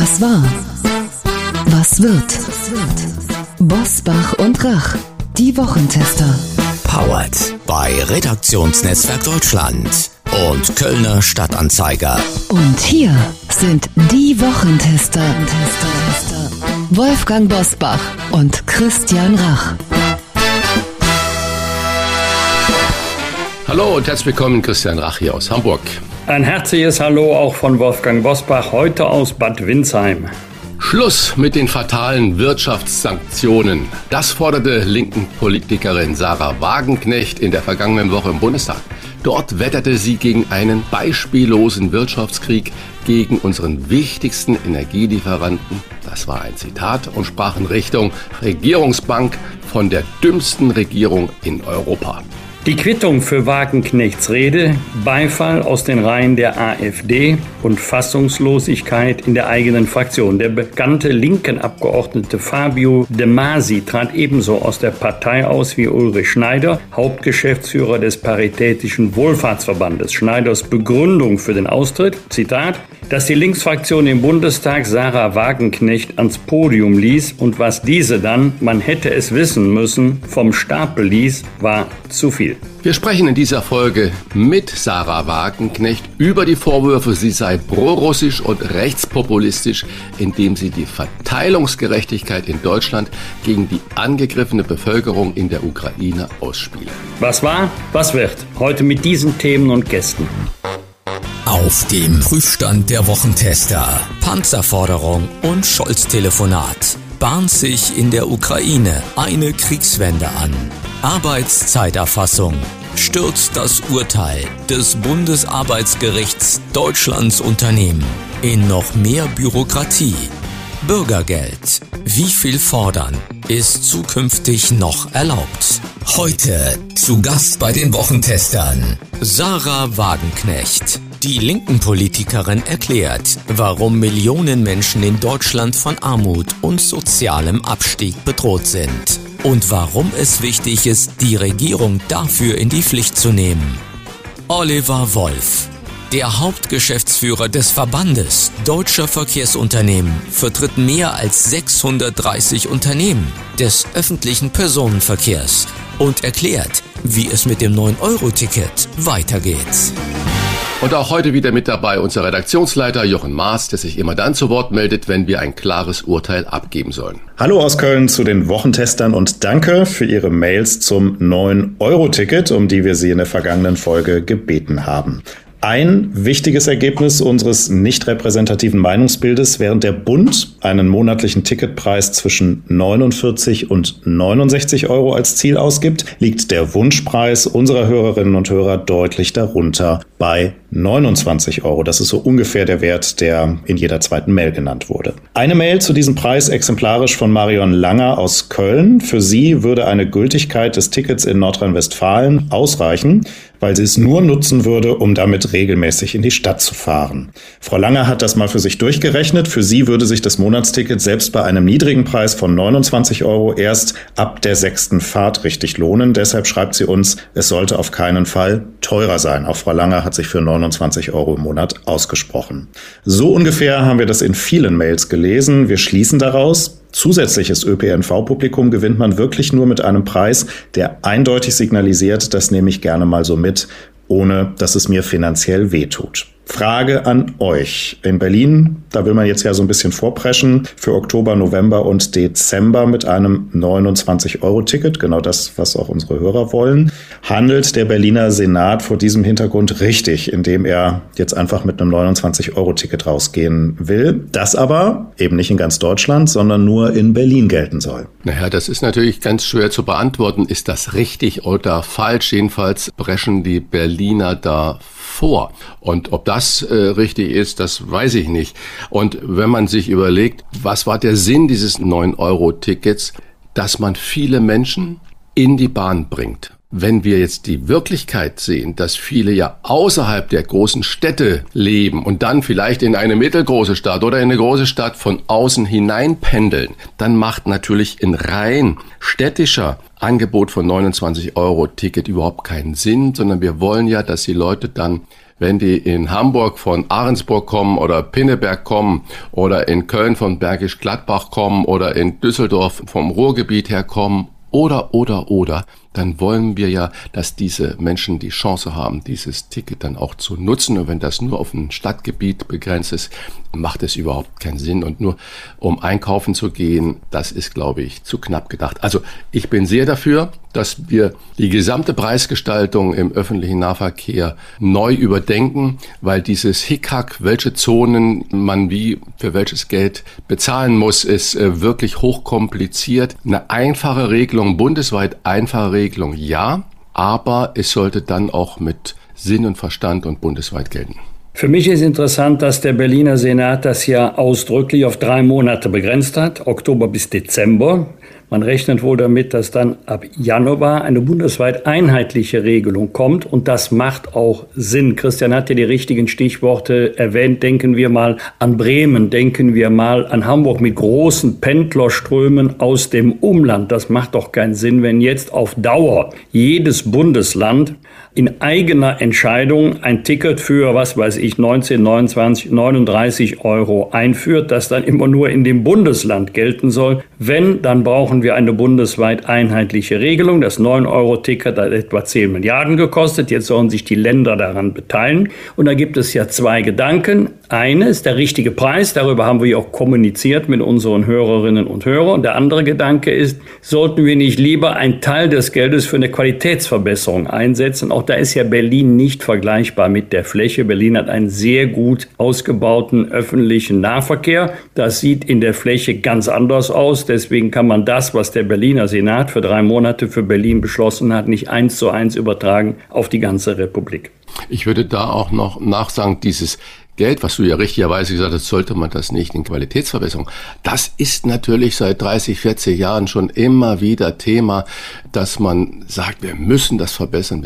Was war? Was wird? Bosbach und Rach, die Wochentester. Powered bei Redaktionsnetzwerk Deutschland und Kölner Stadtanzeiger. Und hier sind die Wochentester. Wolfgang Bosbach und Christian Rach. Hallo und herzlich willkommen, Christian Rach hier aus Hamburg. Ein herzliches Hallo auch von Wolfgang Bosbach, heute aus Bad Windsheim. Schluss mit den fatalen Wirtschaftssanktionen. Das forderte linken Politikerin Sahra Wagenknecht in der vergangenen Woche im Bundestag. Dort wetterte sie gegen einen beispiellosen Wirtschaftskrieg gegen unseren wichtigsten Energielieferanten. Das war ein Zitat und sprach in Richtung Regierungsbank von der dümmsten Regierung in Europa. Die Quittung für Wagenknechts Rede, Beifall aus den Reihen der AfD und Fassungslosigkeit in der eigenen Fraktion. Der bekannte linken Abgeordnete Fabio De Masi trat ebenso aus der Partei aus wie Ulrich Schneider, Hauptgeschäftsführer des Paritätischen Wohlfahrtsverbandes. Schneiders Begründung für den Austritt, Zitat, dass die Linksfraktion im Bundestag Sahra Wagenknecht ans Podium ließ und was diese dann, man hätte es wissen müssen, vom Stapel ließ, war zu viel. Wir sprechen in dieser Folge mit Sahra Wagenknecht über die Vorwürfe, sie sei prorussisch und rechtspopulistisch, indem sie die Verteilungsgerechtigkeit in Deutschland gegen die angegriffene Bevölkerung in der Ukraine ausspiele. Was war, was wird? Heute mit diesen Themen und Gästen. Auf dem Prüfstand der Wochentester. Panzerforderung und Scholz-Telefonat. Bahnt sich in der Ukraine eine Kriegswende an. Arbeitszeiterfassung. Stürzt das Urteil des Bundesarbeitsgerichts Deutschlands Unternehmen in noch mehr Bürokratie. Bürgergeld. Wie viel fordern ist zukünftig noch erlaubt? Heute zu Gast bei den Wochentestern Sahra Wagenknecht. Die linken Politikerin erklärt, warum Millionen Menschen in Deutschland von Armut und sozialem Abstieg bedroht sind und warum es wichtig ist, die Regierung dafür in die Pflicht zu nehmen. Oliver Wolf, der Hauptgeschäftsführer des Verbandes Deutscher Verkehrsunternehmen, vertritt mehr als 630 Unternehmen des öffentlichen Personenverkehrs und erklärt, wie es mit dem 9-Euro-Ticket weitergeht. Und auch heute wieder mit dabei unser Redaktionsleiter Jochen Maas, der sich immer dann zu Wort meldet, wenn wir ein klares Urteil abgeben sollen. Hallo aus Köln zu den Wochentestern und danke für Ihre Mails zum 9-Euro-Ticket, um die wir Sie in der vergangenen Folge gebeten haben. Ein wichtiges Ergebnis unseres nicht repräsentativen Meinungsbildes: Während der Bund einen monatlichen Ticketpreis zwischen 49 und 69 Euro als Ziel ausgibt, liegt der Wunschpreis unserer Hörerinnen und Hörer deutlich darunter bei 29 Euro. Das ist so ungefähr der Wert, der in jeder zweiten Mail genannt wurde. Eine Mail zu diesem Preis exemplarisch von Marion Langer aus Köln. Für sie würde eine Gültigkeit des Tickets in Nordrhein-Westfalen ausreichen, weil sie es nur nutzen würde, um damit regelmäßig in die Stadt zu fahren. Frau Langer hat das mal für sich durchgerechnet. Für sie würde sich das Monatsticket selbst bei einem niedrigen Preis von 29 Euro erst ab der 6. Fahrt richtig lohnen. Deshalb schreibt sie uns, es sollte auf keinen Fall teurer sein. Auch Frau Langer hat sich für 29 Euro im Monat ausgesprochen. So ungefähr haben wir das in vielen Mails gelesen. Wir schließen daraus: Zusätzliches ÖPNV-Publikum gewinnt man wirklich nur mit einem Preis, der eindeutig signalisiert, das nehme ich gerne mal so mit, ohne dass es mir finanziell wehtut. Frage an euch. In Berlin, da will man jetzt ja so ein bisschen vorpreschen, für Oktober, November und Dezember mit einem 29-Euro-Ticket, genau das, was auch unsere Hörer wollen. Handelt der Berliner Senat vor diesem Hintergrund richtig, indem er jetzt einfach mit einem 29-Euro-Ticket rausgehen will, das aber eben nicht in ganz Deutschland, sondern nur in Berlin gelten soll? Naja, das ist natürlich ganz schwer zu beantworten. Ist das richtig oder falsch? Jedenfalls preschen die Berliner da vor. Und ob das richtig ist, das weiß ich nicht. Und wenn man sich überlegt, was war der Sinn dieses 9-Euro-Tickets, dass man viele Menschen in die Bahn bringt. Wenn wir jetzt die Wirklichkeit sehen, dass viele ja außerhalb der großen Städte leben und dann vielleicht in eine mittelgroße Stadt oder in eine große Stadt von außen hinein pendeln, dann macht natürlich ein rein städtischer Angebot von 29 Euro Ticket überhaupt keinen Sinn, sondern wir wollen ja, dass die Leute dann wenn die in Hamburg von Ahrensburg kommen oder Pinneberg kommen oder in Köln von Bergisch Gladbach kommen oder in Düsseldorf vom Ruhrgebiet her kommen oder, dann wollen wir ja, dass diese Menschen die Chance haben, dieses Ticket dann auch zu nutzen. Und wenn das nur auf ein Stadtgebiet begrenzt ist, macht es überhaupt keinen Sinn. Und nur um einkaufen zu gehen, das ist, glaube ich, zu knapp gedacht. Also ich bin sehr dafür, dass wir die gesamte Preisgestaltung im öffentlichen Nahverkehr neu überdenken, weil dieses Hickhack, welche Zonen man wie für welches Geld bezahlen muss, ist wirklich hochkompliziert. Eine einfache Regelung, bundesweit einfache Regelung, ja, aber es sollte dann auch mit Sinn und Verstand und bundesweit gelten. Für mich ist interessant, dass der Berliner Senat das ja ausdrücklich auf 3 Monate begrenzt hat, Oktober bis Dezember. Man rechnet wohl damit, dass dann ab Januar eine bundesweit einheitliche Regelung kommt. Und das macht auch Sinn. Christian hat ja die richtigen Stichworte erwähnt. Denken wir mal an Bremen, denken wir mal an Hamburg mit großen Pendlerströmen aus dem Umland. Das macht doch keinen Sinn, wenn jetzt auf Dauer jedes Bundesland in eigener Entscheidung ein Ticket für, 19, 29, 39 € einführt, das dann immer nur in dem Bundesland gelten soll. Wenn, dann brauchen wir eine bundesweit einheitliche Regelung. Das 9-Euro-Ticket hat etwa 10 Milliarden gekostet. Jetzt sollen sich die Länder daran beteiligen. Und da gibt es ja 2 Gedanken. Eine ist der richtige Preis. Darüber haben wir ja auch kommuniziert mit unseren Hörerinnen und Hörern. Und der andere Gedanke ist, sollten wir nicht lieber einen Teil des Geldes für eine Qualitätsverbesserung einsetzen? Auch da ist ja Berlin nicht vergleichbar mit der Fläche. Berlin hat einen sehr gut ausgebauten öffentlichen Nahverkehr. Das sieht in der Fläche ganz anders aus. Deswegen kann man das, was der Berliner Senat für 3 Monate für Berlin beschlossen hat, nicht 1:1 übertragen auf die ganze Republik. Ich würde da auch noch nachsagen, dieses Geld, was du ja richtigerweise gesagt hast, sollte man das nicht in Qualitätsverbesserung. Das ist natürlich seit 30, 40 Jahren schon immer wieder Thema, dass man sagt, wir müssen das verbessern.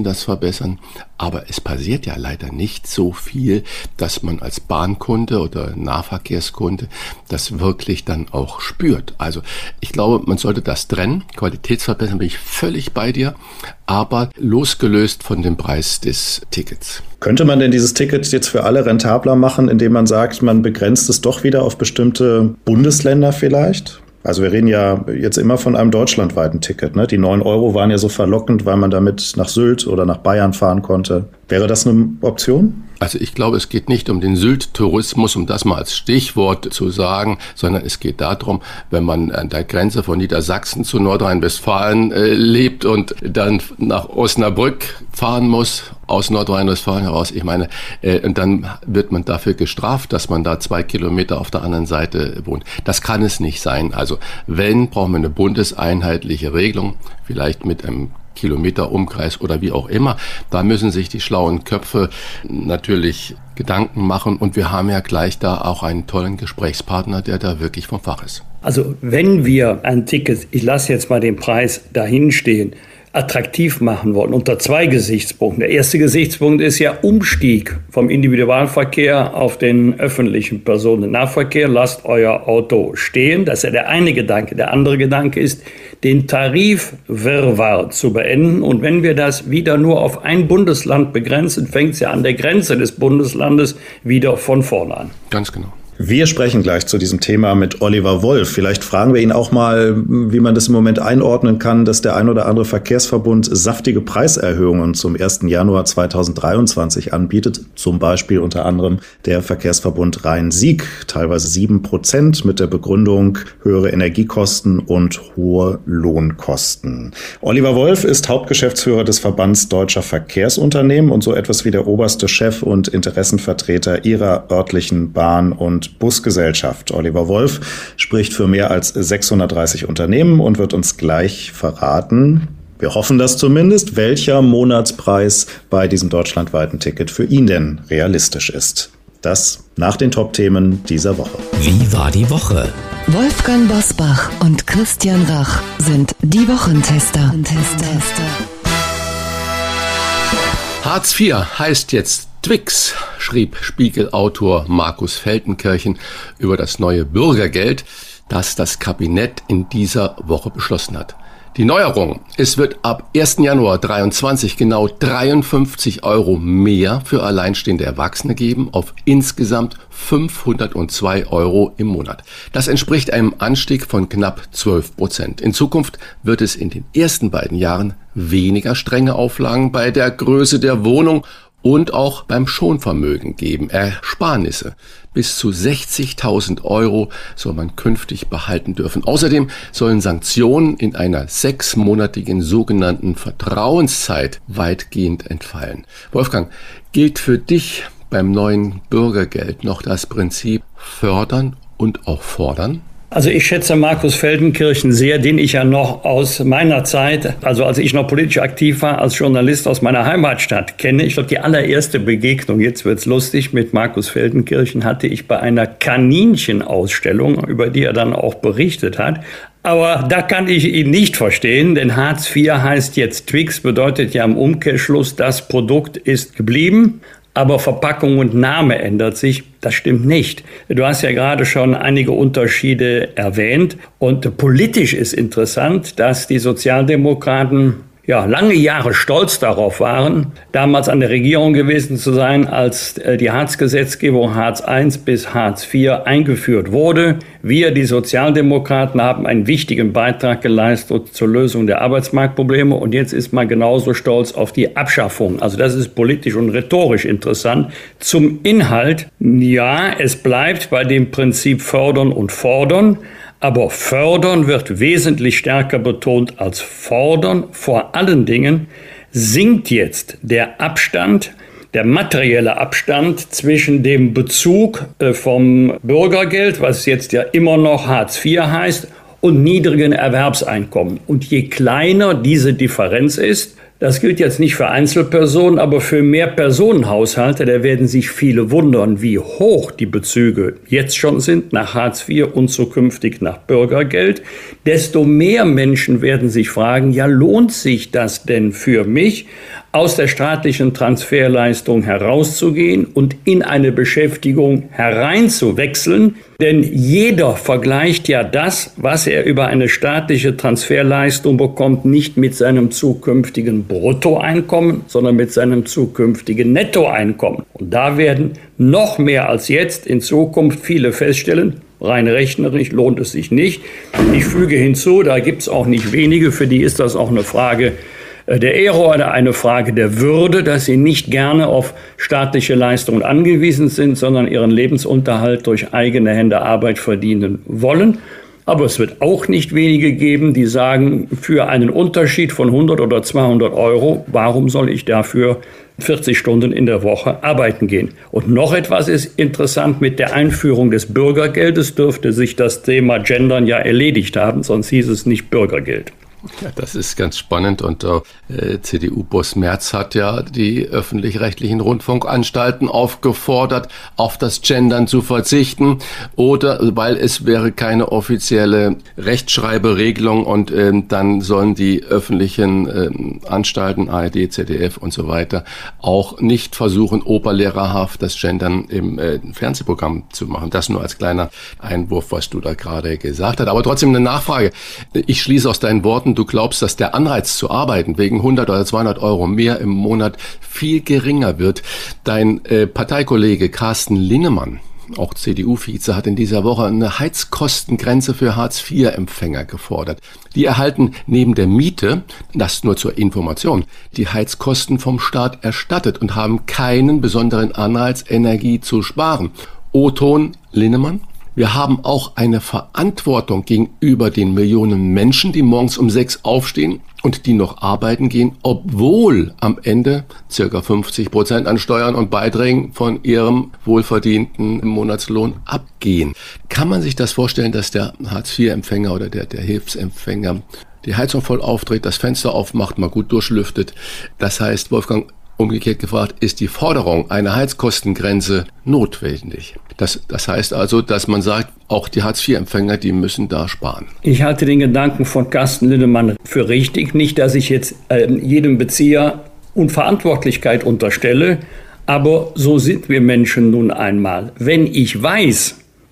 Aber es passiert ja leider nicht so viel, dass man als Bahnkunde oder Nahverkehrskunde das wirklich dann auch spürt. Also ich glaube, man sollte das trennen. Qualitätsverbessern bin ich völlig bei dir, aber losgelöst von dem Preis des Tickets. Könnte man denn dieses Ticket jetzt für alle rentabler machen, indem man sagt, man begrenzt es doch wieder auf bestimmte Bundesländer vielleicht? Also wir reden ja jetzt immer von einem deutschlandweiten Ticket, ne? Die 9 € waren ja so verlockend, weil man damit nach Sylt oder nach Bayern fahren konnte. Wäre das eine Option? Also ich glaube, es geht nicht um den Sylt-Tourismus, um das mal als Stichwort zu sagen, sondern es geht darum, wenn man an der Grenze von Niedersachsen zu Nordrhein-Westfalen lebt und dann nach Osnabrück fahren muss, aus Nordrhein-Westfalen heraus. Ich meine, und dann wird man dafür gestraft, dass man da 2 Kilometer auf der anderen Seite wohnt. Das kann es nicht sein. Also wenn, brauchen wir eine bundeseinheitliche Regelung, vielleicht mit einem Kilometerumkreis oder wie auch immer. Da müssen sich die schlauen Köpfe natürlich Gedanken machen und wir haben ja gleich da auch einen tollen Gesprächspartner, der da wirklich vom Fach ist. Also wenn wir ein Ticket, ich lasse jetzt mal den Preis dahin stehen, attraktiv machen wollen, unter 2 Gesichtspunkten. Der erste Gesichtspunkt ist ja Umstieg vom Individualverkehr auf den öffentlichen Personennahverkehr. Lasst euer Auto stehen. Das ist ja der eine Gedanke. Der andere Gedanke ist, den Tarifwirrwarr zu beenden. Und wenn wir das wieder nur auf ein Bundesland begrenzen, fängt es ja an der Grenze des Bundeslandes wieder von vorne an. Ganz genau. Wir sprechen gleich zu diesem Thema mit Oliver Wolf. Vielleicht fragen wir ihn auch mal, wie man das im Moment einordnen kann, dass der ein oder andere Verkehrsverbund saftige Preiserhöhungen zum 1. Januar 2023 anbietet. Zum Beispiel unter anderem der Verkehrsverbund Rhein-Sieg, teilweise 7% mit der Begründung höhere Energiekosten und hohe Lohnkosten. Oliver Wolf ist Hauptgeschäftsführer des Verbands Deutscher Verkehrsunternehmen und so etwas wie der oberste Chef und Interessenvertreter ihrer örtlichen Bahn- und Busgesellschaft. Oliver Wolf spricht für mehr als 630 Unternehmen und wird uns gleich verraten, wir hoffen das zumindest, welcher Monatspreis bei diesem deutschlandweiten Ticket für ihn denn realistisch ist. Das nach den Top-Themen dieser Woche. Wie war die Woche? Wolfgang Bosbach und Christian Rach sind die Wochentester. Hartz IV heißt jetzt Twix, schrieb Spiegel-Autor Markus Feldenkirchen über das neue Bürgergeld, das das Kabinett in dieser Woche beschlossen hat. Die Neuerung: Es wird ab 1. Januar 2023 genau 53 € mehr für alleinstehende Erwachsene geben, auf insgesamt 502 € im Monat. Das entspricht einem Anstieg von knapp 12%. In Zukunft wird es in den ersten beiden Jahren weniger strenge Auflagen bei der Größe der Wohnung und auch beim Schonvermögen geben. Ersparnisse bis zu 60.000 € soll man künftig behalten dürfen. Außerdem sollen Sanktionen in einer 6-monatigen sogenannten Vertrauenszeit weitgehend entfallen. Wolfgang, gilt für dich beim neuen Bürgergeld noch das Prinzip fördern und auch fordern? Also ich schätze Markus Feldenkirchen sehr, den ich ja noch aus meiner Zeit, also als ich noch politisch aktiv war, als Journalist aus meiner Heimatstadt kenne. Ich glaube, die allererste Begegnung, jetzt wird's lustig, mit Markus Feldenkirchen hatte ich bei einer Kaninchenausstellung, über die er dann auch berichtet hat. Aber da kann ich ihn nicht verstehen, denn Hartz IV heißt jetzt Twix, bedeutet ja im Umkehrschluss, das Produkt ist geblieben. Aber Verpackung und Name ändert sich. Das stimmt nicht. Du hast ja gerade schon einige Unterschiede erwähnt. Und politisch ist interessant, dass die Sozialdemokraten lange Jahre stolz darauf waren, damals an der Regierung gewesen zu sein, als die Hartz-Gesetzgebung Hartz I bis Hartz IV eingeführt wurde. Wir, die Sozialdemokraten, haben einen wichtigen Beitrag geleistet zur Lösung der Arbeitsmarktprobleme. Und jetzt ist man genauso stolz auf die Abschaffung. Also das ist politisch und rhetorisch interessant. Zum Inhalt, ja, es bleibt bei dem Prinzip fördern und fordern. Aber fördern wird wesentlich stärker betont als fordern. Vor allen Dingen sinkt jetzt der Abstand, der materielle Abstand zwischen dem Bezug vom Bürgergeld, was jetzt ja immer noch Hartz IV heißt, und niedrigen Erwerbseinkommen. Und je kleiner diese Differenz ist, das gilt jetzt nicht für Einzelpersonen, aber für Mehrpersonenhaushalte, da werden sich viele wundern, wie hoch die Bezüge jetzt schon sind nach Hartz IV und zukünftig nach Bürgergeld. Desto mehr Menschen werden sich fragen, ja, lohnt sich das denn für mich, aus der staatlichen Transferleistung herauszugehen und in eine Beschäftigung hereinzuwechseln? Denn jeder vergleicht ja das, was er über eine staatliche Transferleistung bekommt, nicht mit seinem zukünftigen Bruttoeinkommen, sondern mit seinem zukünftigen Nettoeinkommen. Und da werden noch mehr als jetzt in Zukunft viele feststellen, rein rechnerisch lohnt es sich nicht. Ich füge hinzu, da gibt es auch nicht wenige, für die ist das auch eine Frage der Ehre oder eine Frage der Würde, dass sie nicht gerne auf staatliche Leistungen angewiesen sind, sondern ihren Lebensunterhalt durch eigene Hände Arbeit verdienen wollen. Aber es wird auch nicht wenige geben, die sagen, für einen Unterschied von 100 oder 200 €, warum soll ich dafür 40 Stunden in der Woche arbeiten gehen? Und noch etwas ist interessant, mit der Einführung des Bürgergeldes dürfte sich das Thema Gendern ja erledigt haben, sonst hieß es nicht Bürgergeld. Ja, das ist ganz spannend und CDU-Boss Merz hat ja die öffentlich-rechtlichen Rundfunkanstalten aufgefordert, auf das Gendern zu verzichten, oder weil es wäre keine offizielle Rechtschreiberegelung und dann sollen die öffentlichen Anstalten, ARD, ZDF und so weiter, auch nicht versuchen, oberlehrerhaft das Gendern im Fernsehprogramm zu machen. Das nur als kleiner Einwurf, was du da gerade gesagt hast. Aber trotzdem eine Nachfrage. Ich schließe aus deinen Worten, du glaubst, dass der Anreiz zu arbeiten wegen 100 oder 200 € mehr im Monat viel geringer wird. Dein Parteikollege Carsten Linnemann, auch CDU-Vize, hat in dieser Woche eine Heizkostengrenze für Hartz-IV-Empfänger gefordert. Die erhalten neben der Miete, das nur zur Information, die Heizkosten vom Staat erstattet und haben keinen besonderen Anreiz, Energie zu sparen. O-Ton Linnemann: Wir haben auch eine Verantwortung gegenüber den Millionen Menschen, die morgens um 6 aufstehen und die noch arbeiten gehen, obwohl am Ende ca. 50% an Steuern und Beiträgen von ihrem wohlverdienten Monatslohn abgehen. Kann man sich das vorstellen, dass der Hartz-IV-Empfänger oder der Hilfsempfänger die Heizung voll aufdreht, das Fenster aufmacht, mal gut durchlüftet? Das heißt, Wolfgang, umgekehrt gefragt, ist die Forderung einer Heizkostengrenze notwendig? Das heißt also, dass man sagt, auch die Hartz-IV-Empfänger, die müssen da sparen. Ich halte den Gedanken von Carsten Linnemann für richtig. Nicht, dass ich jetzt jedem Bezieher Unverantwortlichkeit unterstelle, aber so sind wir Menschen nun einmal. Wenn ich weiß,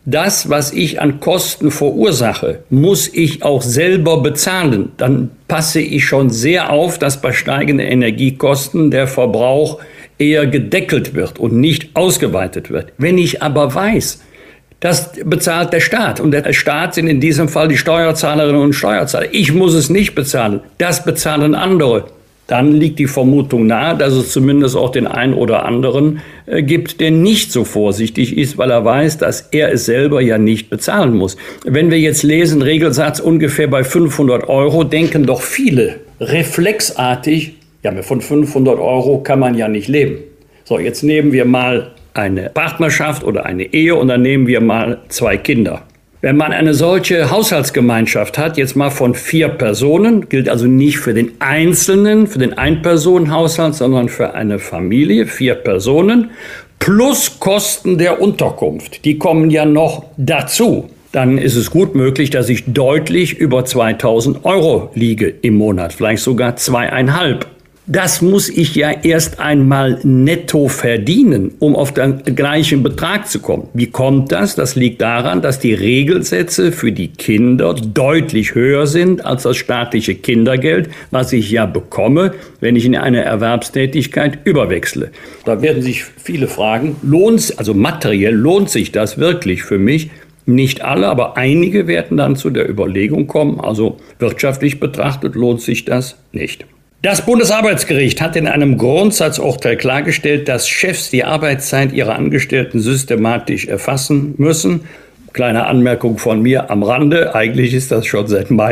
Das, was ich an Kosten verursache, muss ich auch selber bezahlen. Dann passe ich schon sehr auf, dass bei steigenden Energiekosten der Verbrauch eher gedeckelt wird und nicht ausgeweitet wird. Wenn ich aber weiß, das bezahlt der Staat. Und der Staat sind in diesem Fall die Steuerzahlerinnen und Steuerzahler. Ich muss es nicht bezahlen. Das bezahlen andere. Dann liegt die Vermutung nahe, dass es zumindest auch den einen oder anderen gibt, der nicht so vorsichtig ist, weil er weiß, dass er es selber ja nicht bezahlen muss. Wenn wir jetzt lesen, Regelsatz ungefähr bei 500 €, denken doch viele reflexartig, ja, von 500 € kann man ja nicht leben. So, jetzt nehmen wir mal eine Partnerschaft oder eine Ehe und dann nehmen wir mal 2 Kinder. Wenn man eine solche Haushaltsgemeinschaft hat, jetzt mal von 4 Personen, gilt also nicht für den Einzelnen, für den Ein-Personen-Haushalt, sondern für eine Familie, 4 Personen, plus Kosten der Unterkunft, die kommen ja noch dazu. Dann ist es gut möglich, dass ich deutlich über 2.000 € liege im Monat, vielleicht sogar 2,5. Das muss ich ja erst einmal netto verdienen, um auf den gleichen Betrag zu kommen. Wie kommt das? Das liegt daran, dass die Regelsätze für die Kinder deutlich höher sind als das staatliche Kindergeld, was ich ja bekomme, wenn ich in eine Erwerbstätigkeit überwechsle. Da werden sich viele fragen, also materiell lohnt sich das wirklich für mich? Nicht alle, aber einige werden dann zu der Überlegung kommen, also wirtschaftlich betrachtet lohnt sich das nicht. Das Bundesarbeitsgericht hat in einem Grundsatzurteil klargestellt, dass Chefs die Arbeitszeit ihrer Angestellten systematisch erfassen müssen. Kleine Anmerkung von mir am Rande, eigentlich ist das schon seit Mai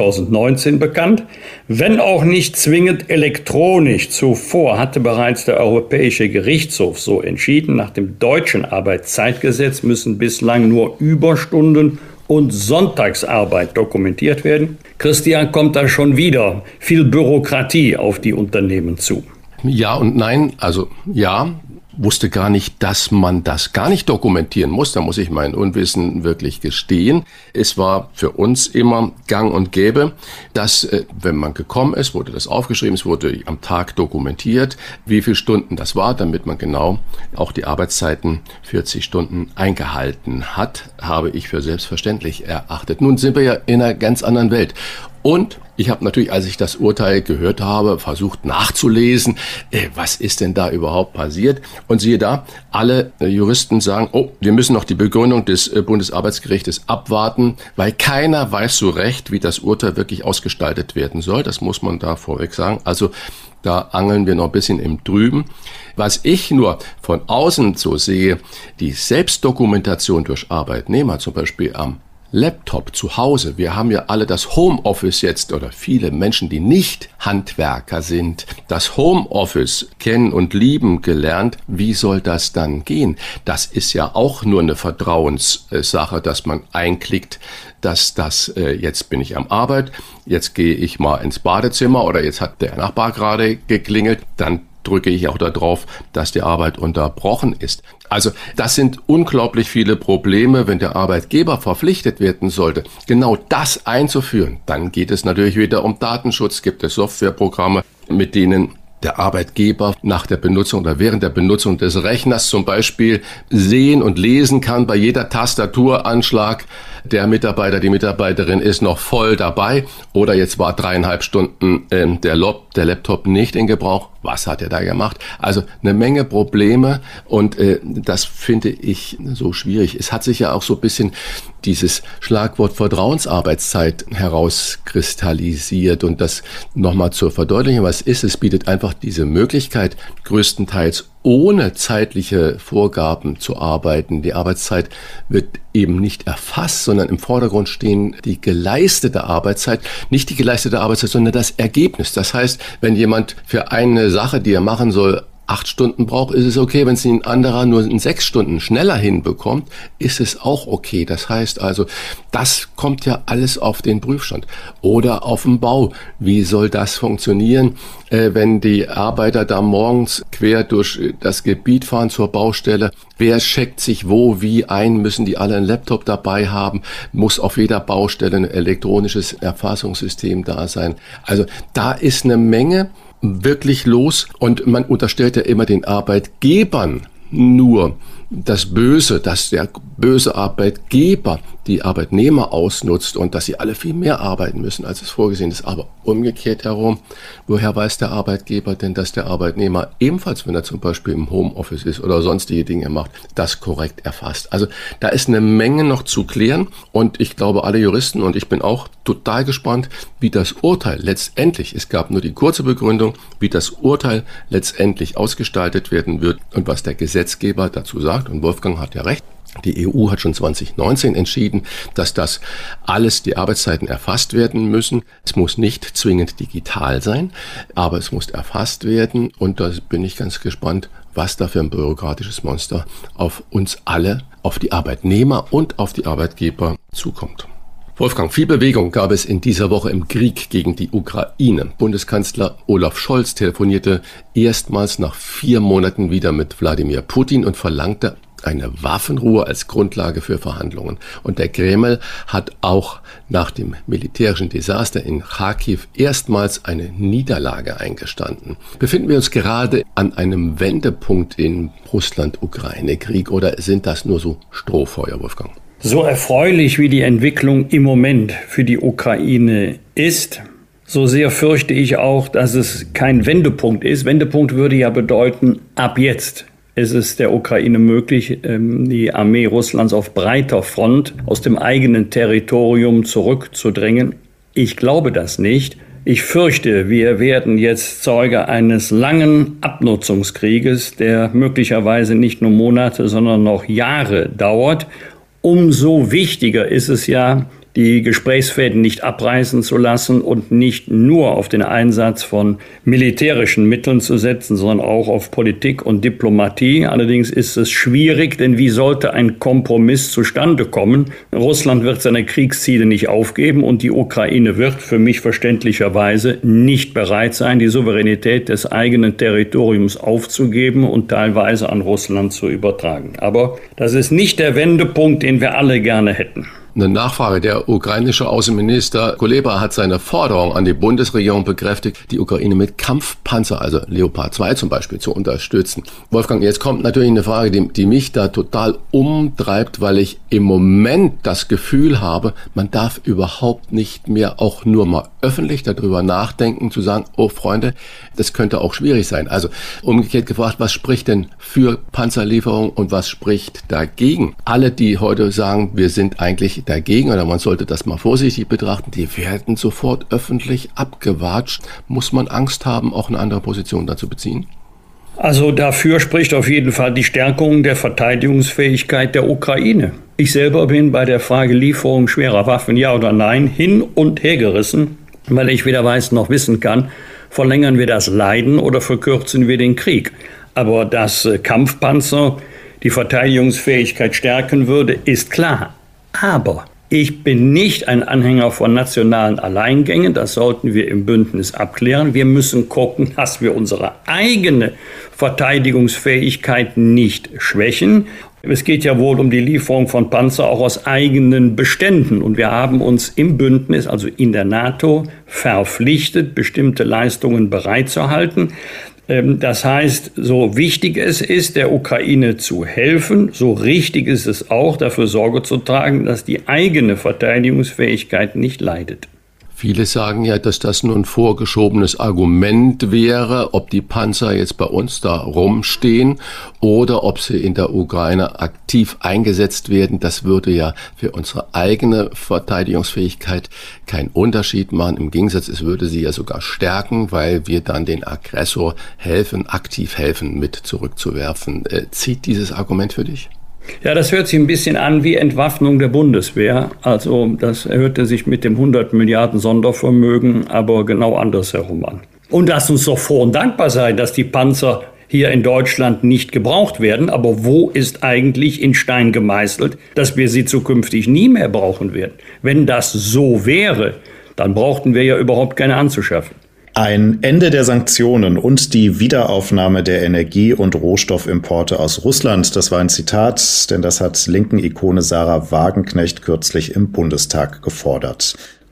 2019 bekannt, wenn auch nicht zwingend elektronisch. Zuvor hatte bereits der Europäische Gerichtshof so entschieden, nach dem deutschen Arbeitszeitgesetz müssen bislang nur Überstunden und Sonntagsarbeit dokumentiert werden. Christian, kommt da schon wieder viel Bürokratie auf die Unternehmen zu? Ja und nein, also ja, wusste gar nicht, dass man das gar nicht dokumentieren muss. Da muss ich mein Unwissen wirklich gestehen. Es war für uns immer gang und gäbe, dass, wenn man gekommen ist, wurde das aufgeschrieben, es wurde am Tag dokumentiert, wie viele Stunden das war, damit man genau auch die Arbeitszeiten 40 Stunden eingehalten hat, habe ich für selbstverständlich erachtet. Nun sind wir ja in einer ganz anderen Welt. Und ich habe natürlich, als ich das Urteil gehört habe, versucht nachzulesen, was ist denn da überhaupt passiert? Und siehe da, alle Juristen sagen, wir müssen noch die Begründung des Bundesarbeitsgerichtes abwarten, weil keiner weiß so recht, wie das Urteil wirklich ausgestaltet werden soll. Das muss man da vorweg sagen. Also da angeln wir noch ein bisschen im Trüben. Was ich nur von außen so sehe, die Selbstdokumentation durch Arbeitnehmer, zum Beispiel am Laptop zu Hause. Wir haben ja alle das Homeoffice jetzt oder viele Menschen, die nicht Handwerker sind, das Homeoffice kennen und lieben gelernt. Wie soll das dann gehen? Das ist ja auch nur eine Vertrauenssache, dass man einklickt, dass jetzt bin ich am Arbeit, jetzt gehe ich mal ins Badezimmer oder jetzt hat der Nachbar gerade geklingelt, dann drücke ich auch darauf, dass die Arbeit unterbrochen ist. Also das sind unglaublich viele Probleme, wenn der Arbeitgeber verpflichtet werden sollte, genau das einzuführen. Dann geht es natürlich wieder um Datenschutz, gibt es Softwareprogramme, mit denen der Arbeitgeber nach der Benutzung oder während der Benutzung des Rechners zum Beispiel sehen und lesen kann bei jeder Tastaturanschlag, der Mitarbeiter, die Mitarbeiterin ist noch voll dabei oder jetzt war 3,5 Stunden der Laptop nicht in Gebrauch. Was hat er da gemacht? Also eine Menge Probleme und das finde ich so schwierig. Es hat sich ja auch so ein bisschen dieses Schlagwort Vertrauensarbeitszeit herauskristallisiert und das nochmal zur Verdeutlichung, was ist, es bietet einfach diese Möglichkeit, größtenteils ohne zeitliche Vorgaben zu arbeiten. Die Arbeitszeit wird eben nicht erfasst, sondern im Vordergrund stehen die geleistete Arbeitszeit, nicht die geleistete Arbeitszeit, sondern das Ergebnis. Das heißt, wenn jemand für eine Sache, die er machen soll, 8 Stunden braucht, ist es okay. Wenn es ein anderer nur in 6 Stunden schneller hinbekommt, ist es auch okay. Das heißt also, das kommt ja alles auf den Prüfstand. Oder auf dem Bau. Wie soll das funktionieren, wenn die Arbeiter da morgens quer durch das Gebiet fahren zur Baustelle? Wer checkt sich wo, wie ein? Müssen die alle einen Laptop dabei haben? Muss auf jeder Baustelle ein elektronisches Erfassungssystem da sein? Also da ist eine Menge wirklich los und man unterstellt ja immer den Arbeitgebern nur das Böse, dass der böse Arbeitgeber die Arbeitnehmer ausnutzt und dass sie alle viel mehr arbeiten müssen, als es vorgesehen ist. Aber umgekehrt herum, woher weiß der Arbeitgeber denn, dass der Arbeitnehmer ebenfalls, wenn er zum Beispiel im Homeoffice ist oder sonstige Dinge macht, das korrekt erfasst? Also da ist eine Menge noch zu klären und ich glaube, alle Juristen und ich bin auch total gespannt, wie das Urteil letztendlich, es gab nur die kurze Begründung, wie das Urteil letztendlich ausgestaltet werden wird und was der Gesetzgeber dazu sagt. Und Wolfgang hat ja recht. Die EU hat schon 2019 entschieden, dass das alles, die Arbeitszeiten erfasst werden müssen. Es muss nicht zwingend digital sein, aber es muss erfasst werden. Und da bin ich ganz gespannt, was da für ein bürokratisches Monster auf uns alle, auf die Arbeitnehmer und auf die Arbeitgeber zukommt. Wolfgang, viel Bewegung gab es in dieser Woche im Krieg gegen die Ukraine. Bundeskanzler Olaf Scholz telefonierte erstmals nach 4 Monaten wieder mit Wladimir Putin und verlangte eine Waffenruhe als Grundlage für Verhandlungen. Und der Kreml hat auch nach dem militärischen Desaster in Kharkiv erstmals eine Niederlage eingestanden. Befinden wir uns gerade an einem Wendepunkt im Russland-Ukraine-Krieg oder sind das nur so Strohfeuer, Wolfgang? So erfreulich wie die Entwicklung im Moment für die Ukraine ist, so sehr fürchte ich auch, dass es kein Wendepunkt ist. Wendepunkt würde ja bedeuten, ab jetzt ist es der Ukraine möglich, die Armee Russlands auf breiter Front aus dem eigenen Territorium zurückzudrängen. Ich glaube das nicht. Ich fürchte, wir werden jetzt Zeuge eines langen Abnutzungskrieges, der möglicherweise nicht nur Monate, sondern noch Jahre dauert. Umso wichtiger ist es ja, die Gesprächsfäden nicht abreißen zu lassen und nicht nur auf den Einsatz von militärischen Mitteln zu setzen, sondern auch auf Politik und Diplomatie. Allerdings ist es schwierig, denn wie sollte ein Kompromiss zustande kommen? Russland wird seine Kriegsziele nicht aufgeben und die Ukraine wird für mich verständlicherweise nicht bereit sein, die Souveränität des eigenen Territoriums aufzugeben und teilweise an Russland zu übertragen. Aber das ist nicht der Wendepunkt, den wir alle gerne hätten. Eine Nachfrage. Der ukrainische Außenminister Kuleba hat seine Forderung an die Bundesregierung bekräftigt, die Ukraine mit Kampfpanzer, also Leopard 2 zum Beispiel, zu unterstützen. Wolfgang, jetzt kommt natürlich eine Frage, die mich da total umtreibt, weil ich im Moment das Gefühl habe, man darf überhaupt nicht mehr auch nur mal öffentlich darüber nachdenken, zu sagen, oh Freunde, das könnte auch schwierig sein. Also umgekehrt gefragt, was spricht denn für Panzerlieferung und was spricht dagegen? Alle, die heute sagen, wir sind eigentlich dagegen oder man sollte das mal vorsichtig betrachten, die werden sofort öffentlich abgewatscht. Muss man Angst haben, auch eine andere Position dazu beziehen? Also dafür spricht auf jeden Fall die Stärkung der Verteidigungsfähigkeit der Ukraine. Ich selber bin bei der Frage Lieferung schwerer Waffen, ja oder nein, hin und her gerissen, weil ich weder weiß noch wissen kann, verlängern wir das Leiden oder verkürzen wir den Krieg. Aber dass Kampfpanzer die Verteidigungsfähigkeit stärken würde, ist klar. Aber ich bin nicht ein Anhänger von nationalen Alleingängen. Das sollten wir im Bündnis abklären. Wir müssen gucken, dass wir unsere eigene Verteidigungsfähigkeit nicht schwächen. Es geht ja wohl um die Lieferung von Panzer auch aus eigenen Beständen. Und wir haben uns im Bündnis, also in der NATO, verpflichtet, bestimmte Leistungen bereitzuhalten. Das heißt, so wichtig es ist, der Ukraine zu helfen, so richtig ist es auch, dafür Sorge zu tragen, dass die eigene Verteidigungsfähigkeit nicht leidet. Viele sagen ja, dass das nur ein vorgeschobenes Argument wäre, ob die Panzer jetzt bei uns da rumstehen oder ob sie in der Ukraine aktiv eingesetzt werden. Das würde ja für unsere eigene Verteidigungsfähigkeit keinen Unterschied machen. Im Gegensatz, es würde sie ja sogar stärken, weil wir dann den Aggressor helfen, aktiv helfen, mit zurückzuwerfen. Zieht dieses Argument für dich? Ja, das hört sich ein bisschen an wie Entwaffnung der Bundeswehr. Also das hörte sich mit dem 100 Milliarden Sondervermögen aber genau andersherum an. Und lasst uns doch froh und dankbar sein, dass die Panzer hier in Deutschland nicht gebraucht werden. Aber wo ist eigentlich in Stein gemeißelt, dass wir sie zukünftig nie mehr brauchen werden? Wenn das so wäre, dann brauchten wir ja überhaupt keine anzuschaffen. Ein Ende der Sanktionen und die Wiederaufnahme der Energie- und Rohstoffimporte aus Russland, das war ein Zitat, denn das hat Linken-Ikone Sarah Wagenknecht kürzlich im Bundestag gefordert.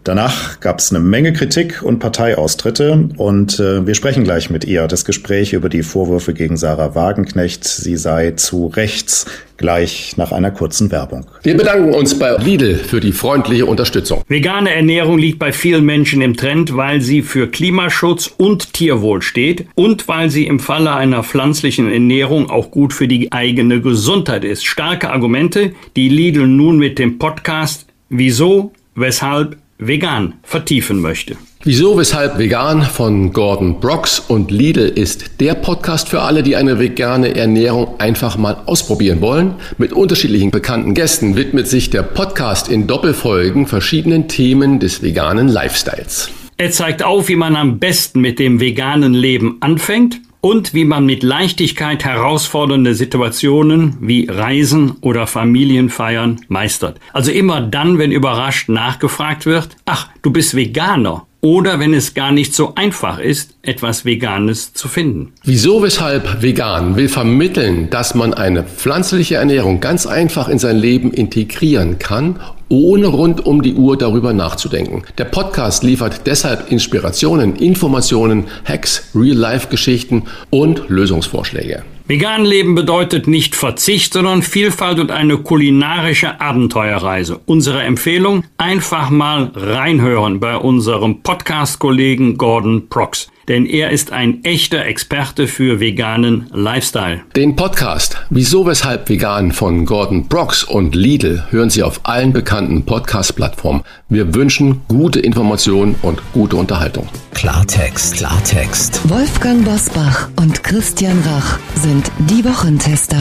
Danach gab es eine Menge Kritik und Parteiaustritte und wir sprechen gleich mit ihr. Das Gespräch über die Vorwürfe gegen Sahra Wagenknecht, sie sei zu rechts, gleich nach einer kurzen Werbung. Wir bedanken uns bei Lidl für die freundliche Unterstützung. Vegane Ernährung liegt bei vielen Menschen im Trend, weil sie für Klimaschutz und Tierwohl steht und weil sie im Falle einer pflanzlichen Ernährung auch gut für die eigene Gesundheit ist. Starke Argumente, die Lidl nun mit dem Podcast Wieso, Weshalb, Vegan vertiefen möchte. Wieso, weshalb vegan von Gordon Brooks und Lidl ist der Podcast für alle, die eine vegane Ernährung einfach mal ausprobieren wollen. Mit unterschiedlichen bekannten Gästen widmet sich der Podcast in Doppelfolgen verschiedenen Themen des veganen Lifestyles. Er zeigt auf, wie man am besten mit dem veganen Leben anfängt und wie man mit Leichtigkeit herausfordernde Situationen wie Reisen oder Familienfeiern meistert. Also immer dann, wenn überrascht nachgefragt wird, ach, du bist Veganer. Oder wenn es gar nicht so einfach ist, etwas Veganes zu finden. Wieso, weshalb vegan will vermitteln, dass man eine pflanzliche Ernährung ganz einfach in sein Leben integrieren kann, ohne rund um die Uhr darüber nachzudenken. Der Podcast liefert deshalb Inspirationen, Informationen, Hacks, Real-Life-Geschichten und Lösungsvorschläge. Vegan leben bedeutet nicht Verzicht, sondern Vielfalt und eine kulinarische Abenteuerreise. Unsere Empfehlung, einfach mal reinhören bei unserem Podcast-Kollegen Gordon Brooks. Denn er ist ein echter Experte für veganen Lifestyle. Den Podcast Wieso, weshalb vegan von Gordon Brooks und Lidl hören Sie auf allen bekannten Podcast-Plattformen. Wir wünschen gute Informationen und gute Unterhaltung. Klartext. Wolfgang Bosbach und Christian Rach sind die Wochentester.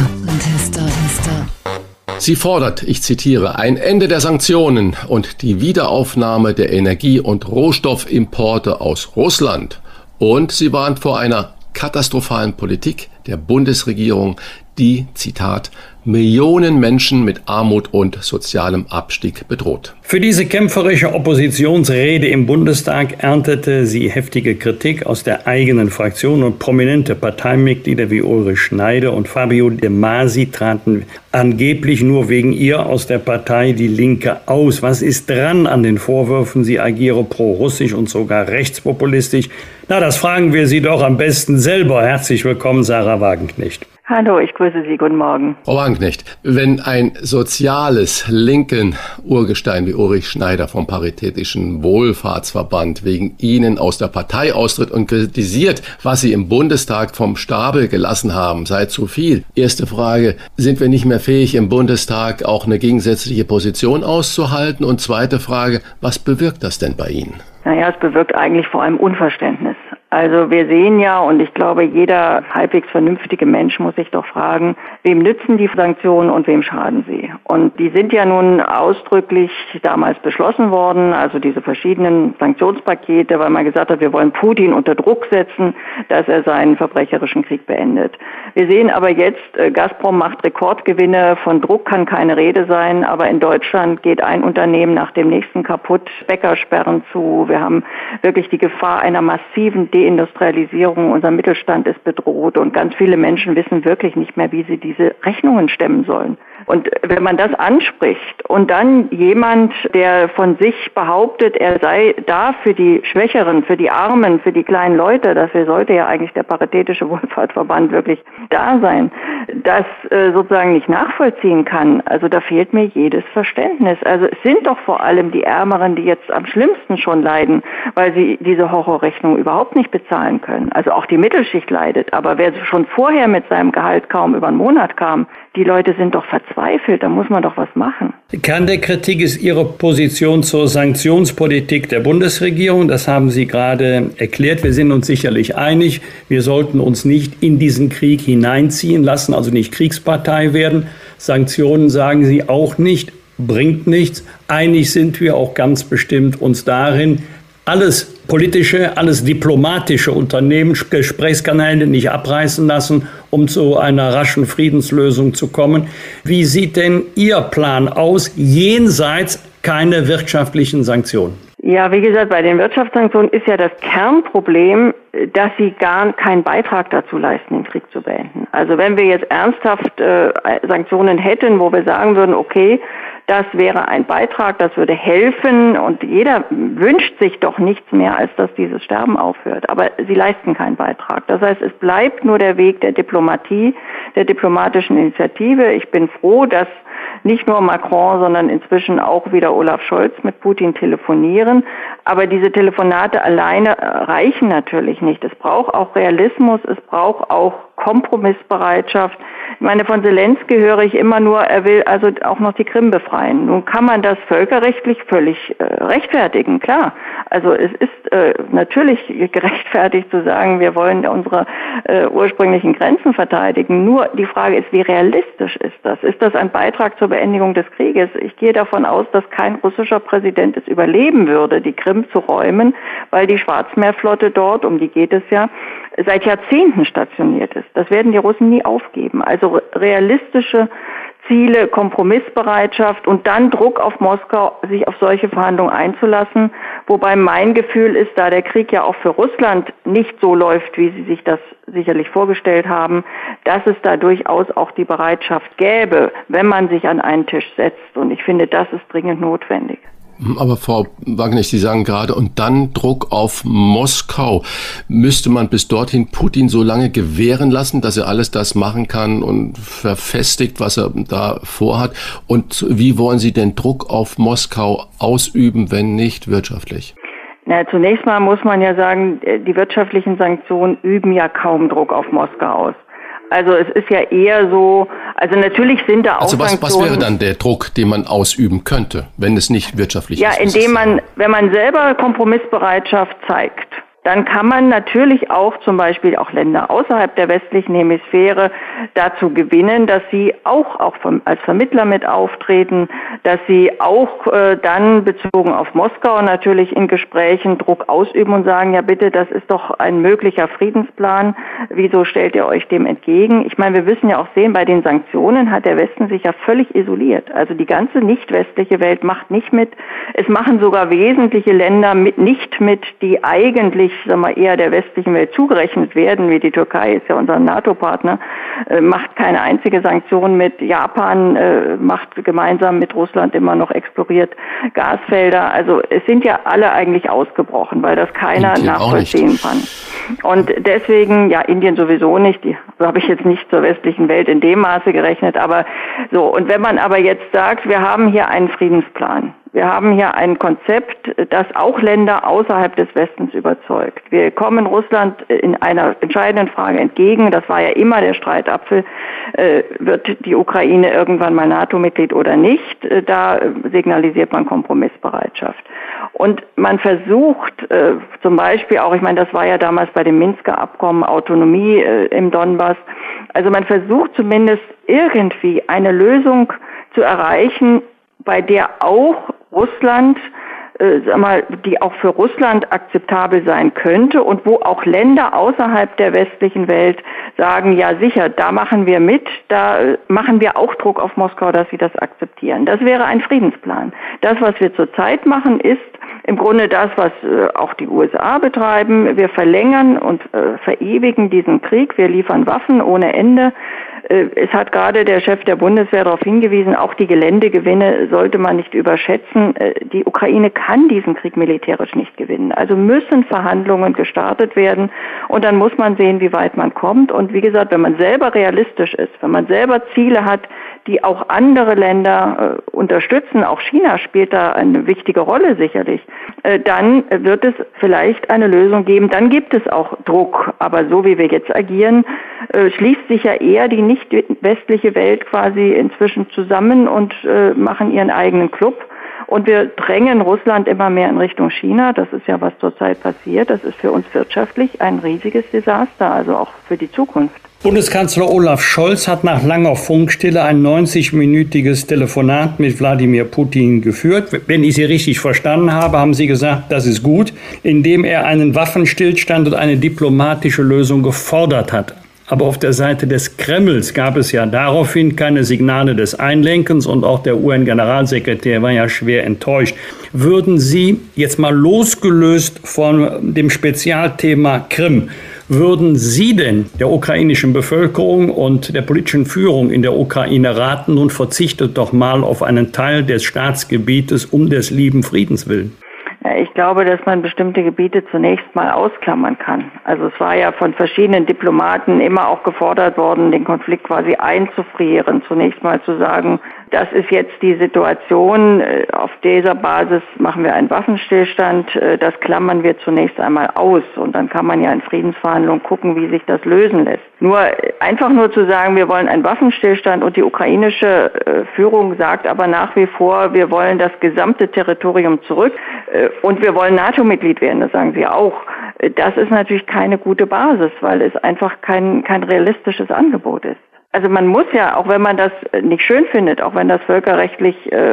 Sie fordert, ich zitiere, ein Ende der Sanktionen und die Wiederaufnahme der Energie- und Rohstoffimporte aus Russland. Und sie warnt vor einer katastrophalen Politik der Bundesregierung, die, Zitat, Millionen Menschen mit Armut und sozialem Abstieg bedroht. Für diese kämpferische Oppositionsrede im Bundestag erntete sie heftige Kritik aus der eigenen Fraktion und prominente Parteimitglieder wie Ulrich Schneider und Fabio De Masi traten angeblich nur wegen ihr aus der Partei Die Linke aus. Was ist dran an den Vorwürfen, sie agiere pro-russisch und sogar rechtspopulistisch? Na, das fragen wir Sie doch am besten selber. Herzlich willkommen, Sahra Wagenknecht. Hallo, ich grüße Sie. Guten Morgen. Frau Wagenknecht, wenn ein soziales linken Urgestein wie Ulrich Schneider vom Paritätischen Wohlfahrtsverband wegen Ihnen aus der Partei austritt und kritisiert, was Sie im Bundestag vom Stapel gelassen haben, sei zu viel. Erste Frage, sind wir nicht mehr fähig, im Bundestag auch eine gegensätzliche Position auszuhalten? Und zweite Frage, was bewirkt das denn bei Ihnen? Naja, es bewirkt eigentlich vor allem Unverständnis. Also wir sehen ja, und ich glaube, jeder halbwegs vernünftige Mensch muss sich doch fragen, wem nützen die Sanktionen und wem schaden sie? Und die sind ja nun ausdrücklich damals beschlossen worden, also diese verschiedenen Sanktionspakete, weil man gesagt hat, wir wollen Putin unter Druck setzen, dass er seinen verbrecherischen Krieg beendet. Wir sehen aber jetzt, Gazprom macht Rekordgewinne, von Druck kann keine Rede sein, aber in Deutschland geht ein Unternehmen nach dem nächsten kaputt, Bäckersperren zu, wir haben wirklich die Gefahr einer massiven Deindustrialisierung, unser Mittelstand ist bedroht und ganz viele Menschen wissen wirklich nicht mehr, wie sie diese Rechnungen stemmen sollen. Und wenn man das anspricht und dann jemand, der von sich behauptet, er sei da für die Schwächeren, für die Armen, für die kleinen Leute, dafür sollte ja eigentlich der Paritätische Wohlfahrtsverband wirklich da sein, das sozusagen nicht nachvollziehen kann, also da fehlt mir jedes Verständnis. Also es sind doch vor allem die Ärmeren, die jetzt am schlimmsten schon leiden, weil sie diese Horrorrechnung überhaupt nicht bezahlen können. Also auch die Mittelschicht leidet, aber wer schon vorher mit seinem Gehalt kaum über einen Monat kam, die Leute sind doch verzweifelt, da muss man doch was machen. Kern der Kritik ist Ihre Position zur Sanktionspolitik der Bundesregierung. Das haben Sie gerade erklärt. Wir sind uns sicherlich einig. Wir sollten uns nicht in diesen Krieg hineinziehen lassen, also nicht Kriegspartei werden. Sanktionen, sagen Sie, auch nicht, bringt nichts. Einig sind wir auch ganz bestimmt uns darin, alles politische, alles diplomatische Unternehmen, Gesprächskanäle nicht abreißen lassen, um zu einer raschen Friedenslösung zu kommen. Wie sieht denn Ihr Plan aus, jenseits keine wirtschaftlichen Sanktionen? Ja, wie gesagt, bei den Wirtschaftssanktionen ist ja das Kernproblem, dass sie gar keinen Beitrag dazu leisten, den Krieg zu beenden. Also wenn wir jetzt ernsthaft Sanktionen hätten, wo wir sagen würden, okay, Das wäre ein Beitrag, das würde helfen und jeder wünscht sich doch nichts mehr, als dass dieses Sterben aufhört. Aber sie leisten keinen Beitrag. Das heißt, es bleibt nur der Weg der Diplomatie, der diplomatischen Initiative. Ich bin froh, dass nicht nur Macron, sondern inzwischen auch wieder Olaf Scholz mit Putin telefonieren. Aber diese Telefonate alleine reichen natürlich nicht. Es braucht auch Realismus, es braucht auch Kompromissbereitschaft. Ich meine, von Zelensky höre ich immer nur, er will also auch noch die Krim befreien. Nun kann man das völkerrechtlich völlig rechtfertigen, klar. Also es ist natürlich gerechtfertigt zu sagen, wir wollen unsere ursprünglichen Grenzen verteidigen. Nur die Frage ist, wie realistisch ist das? Ist das ein Beitrag zur Beendigung des Krieges? Ich gehe davon aus, dass kein russischer Präsident es überleben würde, die Krim zu räumen, weil die Schwarzmeerflotte dort, um die geht es ja, seit Jahrzehnten stationiert ist. Das werden die Russen nie aufgeben. Also realistische Ziele, Kompromissbereitschaft und dann Druck auf Moskau, sich auf solche Verhandlungen einzulassen. Wobei mein Gefühl ist, da der Krieg ja auch für Russland nicht so läuft, wie sie sich das sicherlich vorgestellt haben, dass es da durchaus auch die Bereitschaft gäbe, wenn man sich an einen Tisch setzt. Und ich finde, das ist dringend notwendig. Aber Frau Wagenknecht, Sie sagen gerade, und dann Druck auf Moskau. Müsste man bis dorthin Putin so lange gewähren lassen, dass er alles das machen kann und verfestigt, was er da vorhat? Und wie wollen Sie denn Druck auf Moskau ausüben, wenn nicht wirtschaftlich? Na, zunächst mal muss man ja sagen, die wirtschaftlichen Sanktionen üben ja kaum Druck auf Moskau aus. Also es ist ja eher so, also natürlich sind da auch Sanktionen. Was wäre dann der Druck, den man ausüben könnte, wenn es nicht wirtschaftlich ist? Ja, indem man, wenn man selber Kompromissbereitschaft zeigt, dann kann man natürlich auch zum Beispiel auch Länder außerhalb der westlichen Hemisphäre dazu gewinnen, dass sie auch als Vermittler mit auftreten, dass sie auch dann bezogen auf Moskau natürlich in Gesprächen Druck ausüben und sagen, ja bitte, das ist doch ein möglicher Friedensplan, wieso stellt ihr euch dem entgegen? Ich meine, wir wissen ja auch sehen, bei den Sanktionen hat der Westen sich ja völlig isoliert. Also die ganze nicht westliche Welt macht nicht mit. Es machen sogar wesentliche Länder nicht mit, die eigentlich eher der westlichen Welt zugerechnet werden, wie die Türkei ist ja unser NATO-Partner, macht keine einzige Sanktion mit. Japan macht gemeinsam mit Russland immer noch exploriert Gasfelder. Also es sind ja alle eigentlich ausgebrochen, weil das keiner nachvollziehen kann. Und deswegen, ja, Indien sowieso nicht, die habe ich jetzt nicht zur westlichen Welt in dem Maße gerechnet, aber so. Und wenn man aber jetzt sagt, wir haben hier einen Friedensplan, wir haben hier ein Konzept, das auch Länder außerhalb des Westens überzeugt. Wir kommen Russland in einer entscheidenden Frage entgegen. Das war ja immer der Streitapfel. Wird die Ukraine irgendwann mal NATO-Mitglied oder nicht? Da signalisiert man Kompromissbereitschaft. Und man versucht zum Beispiel auch, ich meine, das war ja damals bei dem Minsker Abkommen, Autonomie im Donbass. Also man versucht zumindest irgendwie eine Lösung zu erreichen, bei der auch Russland, die auch für Russland akzeptabel sein könnte und wo auch Länder außerhalb der westlichen Welt sagen, ja sicher, da machen wir mit, da machen wir auch Druck auf Moskau, dass sie das akzeptieren. Das wäre ein Friedensplan. Das, was wir zurzeit machen, ist im Grunde das, was auch die USA betreiben. Wir verlängern und verewigen diesen Krieg. Wir liefern Waffen ohne Ende. Es hat gerade der Chef der Bundeswehr darauf hingewiesen, auch die Geländegewinne sollte man nicht überschätzen. Die Ukraine kann diesen Krieg militärisch nicht gewinnen. Also müssen Verhandlungen gestartet werden und dann muss man sehen, wie weit man kommt. Und wie gesagt, wenn man selber realistisch ist, wenn man selber Ziele hat, die auch andere Länder unterstützen, auch China spielt da eine wichtige Rolle sicherlich, dann wird es vielleicht eine Lösung geben. Dann gibt es auch Druck. Aber so wie wir jetzt agieren, schließt sich ja eher die nicht westliche Welt quasi inzwischen zusammen und machen ihren eigenen Club. Und wir drängen Russland immer mehr in Richtung China. Das ist ja, was zurzeit passiert. Das ist für uns wirtschaftlich ein riesiges Desaster, also auch für die Zukunft. Bundeskanzler Olaf Scholz hat nach langer Funkstille ein 90-minütiges Telefonat mit Wladimir Putin geführt. Wenn ich Sie richtig verstanden habe, haben Sie gesagt, das ist gut, indem er einen Waffenstillstand und eine diplomatische Lösung gefordert hat. Aber auf der Seite des Kremls gab es ja daraufhin keine Signale des Einlenkens und auch der UN-Generalsekretär war ja schwer enttäuscht. Würden Sie jetzt mal losgelöst von dem Spezialthema Krim Würden Sie denn der ukrainischen Bevölkerung und der politischen Führung in der Ukraine raten, nun verzichtet doch mal auf einen Teil des Staatsgebietes um des lieben Friedens willen? Ich glaube, dass man bestimmte Gebiete zunächst mal ausklammern kann. Also es war ja von verschiedenen Diplomaten immer auch gefordert worden, den Konflikt quasi einzufrieren. Zunächst mal zu sagen, das ist jetzt die Situation, auf dieser Basis machen wir einen Waffenstillstand, das klammern wir zunächst einmal aus und dann kann man ja in Friedensverhandlungen gucken, wie sich das lösen lässt. Einfach nur zu sagen, wir wollen einen Waffenstillstand und die ukrainische Führung sagt aber nach wie vor, wir wollen das gesamte Territorium zurück und wir wollen NATO-Mitglied werden, das sagen sie auch. Das ist natürlich keine gute Basis, weil es einfach kein realistisches Angebot ist. Also man muss ja, auch wenn man das nicht schön findet, auch wenn das völkerrechtlich,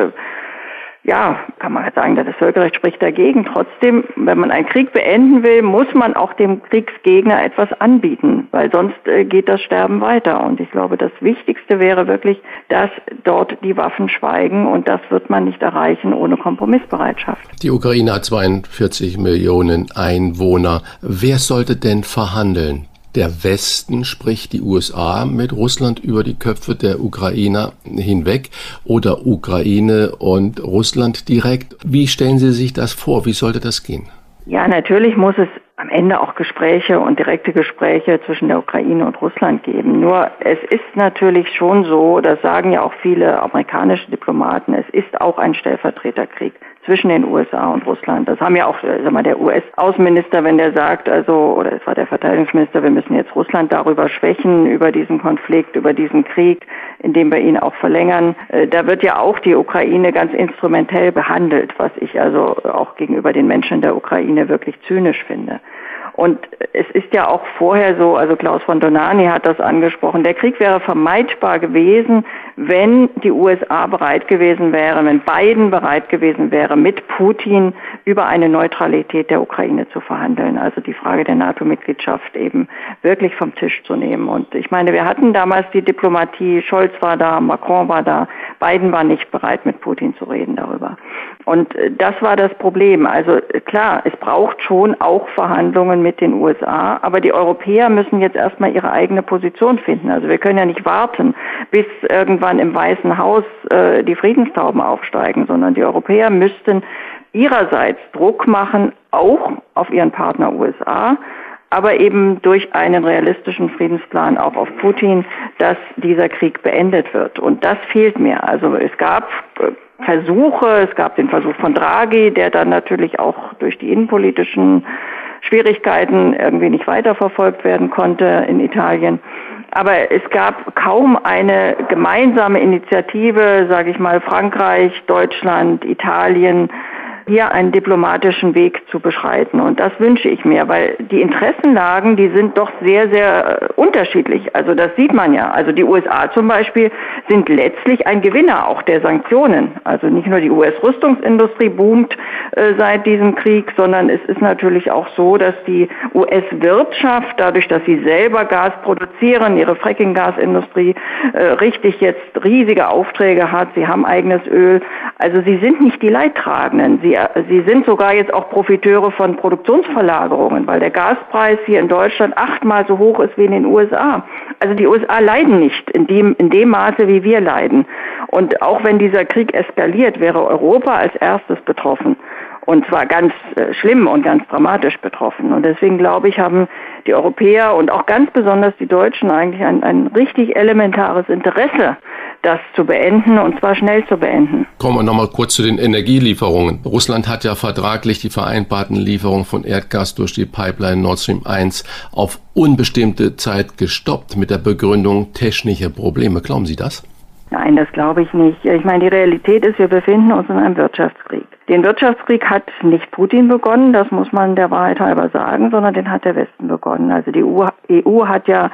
kann man sagen, das Völkerrecht spricht dagegen, trotzdem, wenn man einen Krieg beenden will, muss man auch dem Kriegsgegner etwas anbieten, weil sonst geht das Sterben weiter. Und ich glaube, das Wichtigste wäre wirklich, dass dort die Waffen schweigen und das wird man nicht erreichen ohne Kompromissbereitschaft. Die Ukraine hat 42 Millionen Einwohner. Wer sollte denn verhandeln? Der Westen, sprich die USA, mit Russland über die Köpfe der Ukrainer hinweg oder Ukraine und Russland direkt. Wie stellen Sie sich das vor? Wie sollte das gehen? Ja, natürlich muss es am Ende auch Gespräche und direkte Gespräche zwischen der Ukraine und Russland geben. Nur es ist natürlich schon so, das sagen ja auch viele amerikanische Diplomaten, es ist auch ein Stellvertreterkrieg zwischen den USA und Russland. Das haben ja auch, der US-Außenminister, wenn der sagt, oder es war der Verteidigungsminister, wir müssen jetzt Russland darüber schwächen, über diesen Konflikt, über diesen Krieg, indem wir ihn auch verlängern. Da wird ja auch die Ukraine ganz instrumentell behandelt, was ich also auch gegenüber den Menschen der Ukraine wirklich zynisch finde. Und es ist ja auch vorher so, also Klaus von Donani hat das angesprochen, der Krieg wäre vermeidbar gewesen, wenn die USA bereit gewesen wäre, wenn Biden bereit gewesen wäre, mit Putin über eine Neutralität der Ukraine zu verhandeln. Also die Frage der NATO-Mitgliedschaft eben wirklich vom Tisch zu nehmen. Und ich meine, wir hatten damals die Diplomatie, Scholz war da, Macron war da, Biden war nicht bereit, mit Putin zu reden darüber. Und das war das Problem. Also klar, es braucht schon auch Verhandlungen mit den USA, aber die Europäer müssen jetzt erstmal ihre eigene Position finden. Also wir können ja nicht warten, bis irgendwann im Weißen Haus die Friedenstauben aufsteigen, sondern die Europäer müssten ihrerseits Druck machen, auch auf ihren Partner USA, aber eben durch einen realistischen Friedensplan auch auf Putin, dass dieser Krieg beendet wird. Und das fehlt mir. Also es gab Versuche, es gab den Versuch von Draghi, der dann natürlich auch durch die innenpolitischen Schwierigkeiten irgendwie nicht weiterverfolgt werden konnte in Italien. Aber es gab kaum eine gemeinsame Initiative, sage ich mal, Frankreich, Deutschland, Italien, hier einen diplomatischen Weg zu beschreiten. Und das wünsche ich mir, weil die Interessenlagen, die sind doch sehr, sehr unterschiedlich. Also das sieht man ja. Also die USA zum Beispiel sind letztlich ein Gewinner auch der Sanktionen. Also nicht nur die US-Rüstungsindustrie boomt seit diesem Krieg, sondern es ist natürlich auch so, dass die US-Wirtschaft, dadurch, dass sie selber Gas produzieren, ihre Fracking-Gasindustrie richtig jetzt riesige Aufträge hat. Sie haben eigenes Öl. Also sie sind nicht die Leidtragenden. Sie sind sogar jetzt auch Profiteure von Produktionsverlagerungen, weil der Gaspreis hier in Deutschland 8-mal so hoch ist wie in den USA. Also die USA leiden nicht in dem Maße, wie wir leiden. Und auch wenn dieser Krieg eskaliert, wäre Europa als erstes betroffen. Und zwar ganz schlimm und ganz dramatisch betroffen. Und deswegen glaube ich, haben die Europäer und auch ganz besonders die Deutschen eigentlich ein richtig elementares Interesse, das zu beenden und zwar schnell zu beenden. Kommen wir nochmal kurz zu den Energielieferungen. Russland hat ja vertraglich die vereinbarten Lieferungen von Erdgas durch die Pipeline Nord Stream 1 auf unbestimmte Zeit gestoppt mit der Begründung technische Probleme. Glauben Sie das? Nein, das glaube ich nicht. Ich meine, die Realität ist, wir befinden uns in einem Wirtschaftskrieg. Den Wirtschaftskrieg hat nicht Putin begonnen, das muss man der Wahrheit halber sagen, sondern den hat der Westen begonnen. Also die EU hat ja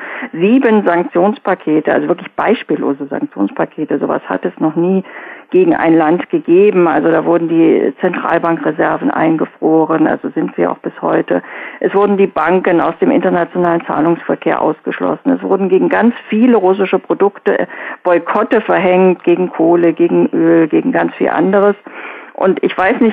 7 Sanktionspakete, also wirklich beispiellose Sanktionspakete. Sowas hat es noch nie gegen ein Land gegeben. Also da wurden die Zentralbankreserven eingefroren, also sind sie auch bis heute. Es wurden die Banken aus dem internationalen Zahlungsverkehr ausgeschlossen. Es wurden gegen ganz viele russische Produkte Boykotte verhängt, gegen Kohle, gegen Öl, gegen ganz viel anderes. Und ich weiß nicht, ob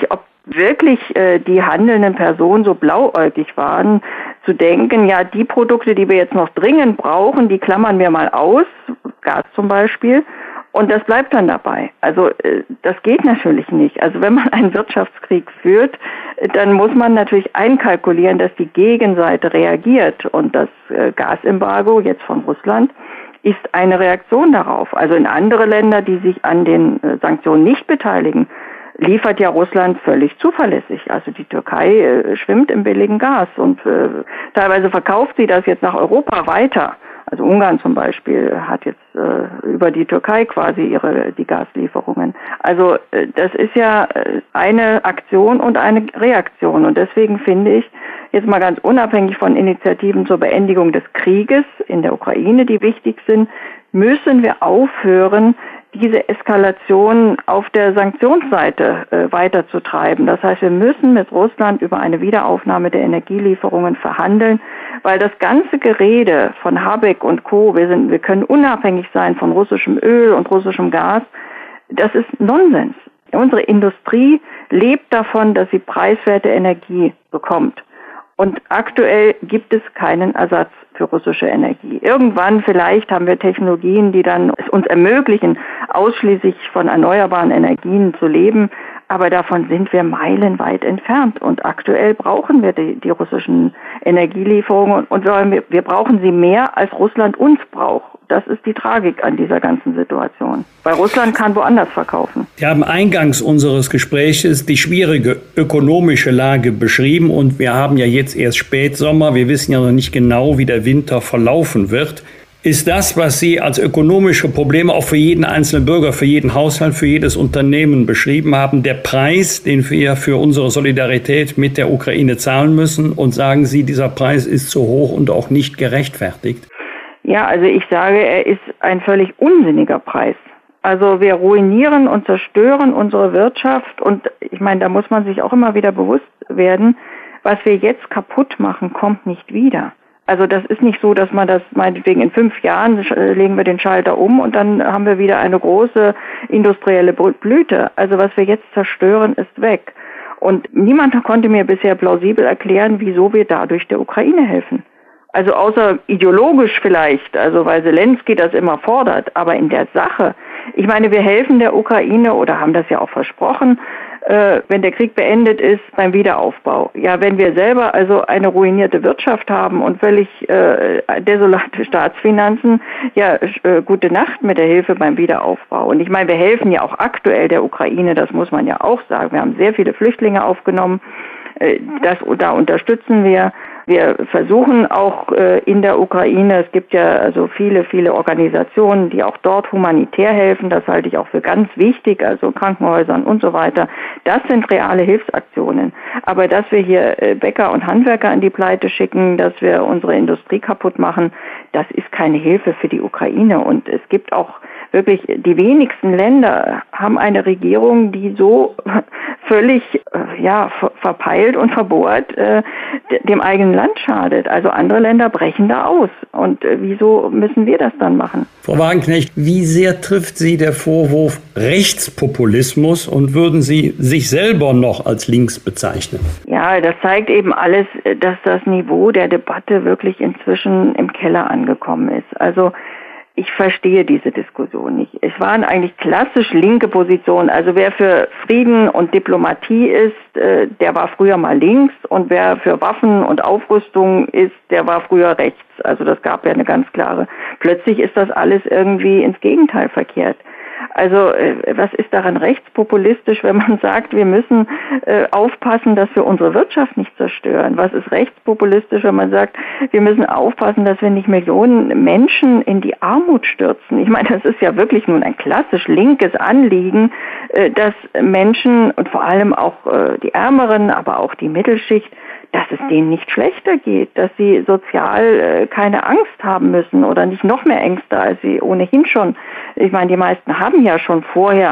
wirklich die handelnden Personen so blauäugig waren, zu denken, ja, die Produkte, die wir jetzt noch dringend brauchen, die klammern wir mal aus, Gas zum Beispiel, und das bleibt dann dabei. Also das geht natürlich nicht. Also wenn man einen Wirtschaftskrieg führt, dann muss man natürlich einkalkulieren, dass die Gegenseite reagiert. Und das Gasembargo jetzt von Russland ist eine Reaktion darauf. Also in andere Länder, die sich an den Sanktionen nicht beteiligen, liefert ja Russland völlig zuverlässig. Also die Türkei schwimmt im billigen Gas und teilweise verkauft sie das jetzt nach Europa weiter. Also Ungarn zum Beispiel hat jetzt über die Türkei quasi die Gaslieferungen. Also das ist ja eine Aktion und eine Reaktion. Und deswegen finde ich, jetzt mal ganz unabhängig von Initiativen zur Beendigung des Krieges in der Ukraine, die wichtig sind, müssen wir aufhören, diese Eskalation auf der Sanktionsseite weiterzutreiben. Das heißt, wir müssen mit Russland über eine Wiederaufnahme der Energielieferungen verhandeln, weil das ganze Gerede von Habeck und Co., wir können unabhängig sein von russischem Öl und russischem Gas, das ist Nonsens. Unsere Industrie lebt davon, dass sie preiswerte Energie bekommt. Und aktuell gibt es keinen Ersatz für russische Energie. Irgendwann vielleicht haben wir Technologien, die dann es uns ermöglichen, ausschließlich von erneuerbaren Energien zu leben. Aber davon sind wir meilenweit entfernt. Und aktuell brauchen wir die russischen Energielieferungen. Und wir brauchen sie mehr, als Russland uns braucht. Das ist die Tragik an dieser ganzen Situation. Weil Russland kann woanders verkaufen. Wir haben eingangs unseres Gespräches die schwierige ökonomische Lage beschrieben. Und wir haben ja jetzt erst Spätsommer. Wir wissen ja noch nicht genau, wie der Winter verlaufen wird. Ist das, was Sie als ökonomische Probleme auch für jeden einzelnen Bürger, für jeden Haushalt, für jedes Unternehmen beschrieben haben, der Preis, den wir für unsere Solidarität mit der Ukraine zahlen müssen? Und sagen Sie, dieser Preis ist zu hoch und auch nicht gerechtfertigt? Ja, also ich sage, er ist ein völlig unsinniger Preis. Also wir ruinieren und zerstören unsere Wirtschaft. Und ich meine, da muss man sich auch immer wieder bewusst werden, was wir jetzt kaputt machen, kommt nicht wieder. Also das ist nicht so, dass man das meinetwegen in 5 Jahren legen wir den Schalter um und dann haben wir wieder eine große industrielle Blüte. Also was wir jetzt zerstören, ist weg. Und niemand konnte mir bisher plausibel erklären, wieso wir dadurch der Ukraine helfen. Also außer ideologisch vielleicht, also weil Zelensky das immer fordert. Aber in der Sache, ich meine, wir helfen der Ukraine oder haben das ja auch versprochen, wenn der Krieg beendet ist, beim Wiederaufbau. Ja, wenn wir selber also eine ruinierte Wirtschaft haben und völlig desolate Staatsfinanzen, ja, gute Nacht mit der Hilfe beim Wiederaufbau. Und ich meine, wir helfen ja auch aktuell der Ukraine, das muss man ja auch sagen. Wir haben sehr viele Flüchtlinge aufgenommen, da unterstützen wir. Wir versuchen auch in der Ukraine, es gibt ja also viele, viele Organisationen, die auch dort humanitär helfen, das halte ich auch für ganz wichtig, also Krankenhäusern und so weiter. Das sind reale Hilfsaktionen. Aber dass wir hier Bäcker und Handwerker an die Pleite schicken, dass wir unsere Industrie kaputt machen, das ist keine Hilfe für die Ukraine. Und es gibt auch wirklich, die wenigsten Länder haben eine Regierung, die so völlig verpeilt und verbohrt dem eigenen Land schadet. Also andere Länder brechen da aus. Und wieso müssen wir das dann machen? Frau Wagenknecht, wie sehr trifft Sie der Vorwurf Rechtspopulismus und würden Sie sich selber noch als links bezeichnen? Ja, das zeigt eben alles, dass das Niveau der Debatte wirklich inzwischen im Keller angekommen ist. Also ich verstehe diese Diskussion nicht. Es waren eigentlich klassisch linke Positionen. Also wer für Frieden und Diplomatie ist, der war früher mal links. Und wer für Waffen und Aufrüstung ist, der war früher rechts. Also das gab ja eine ganz klare. Plötzlich ist das alles irgendwie ins Gegenteil verkehrt. Also was ist daran rechtspopulistisch, wenn man sagt, wir müssen aufpassen, dass wir unsere Wirtschaft nicht zerstören? Was ist rechtspopulistisch, wenn man sagt, wir müssen aufpassen, dass wir nicht Millionen Menschen in die Armut stürzen? Ich meine, das ist ja wirklich nun ein klassisch linkes Anliegen, dass Menschen und vor allem auch die Ärmeren, aber auch die Mittelschicht, dass es denen nicht schlechter geht, dass sie sozial keine Angst haben müssen oder nicht noch mehr Ängste, als sie ohnehin schon, ich meine, die meisten haben ja schon vorher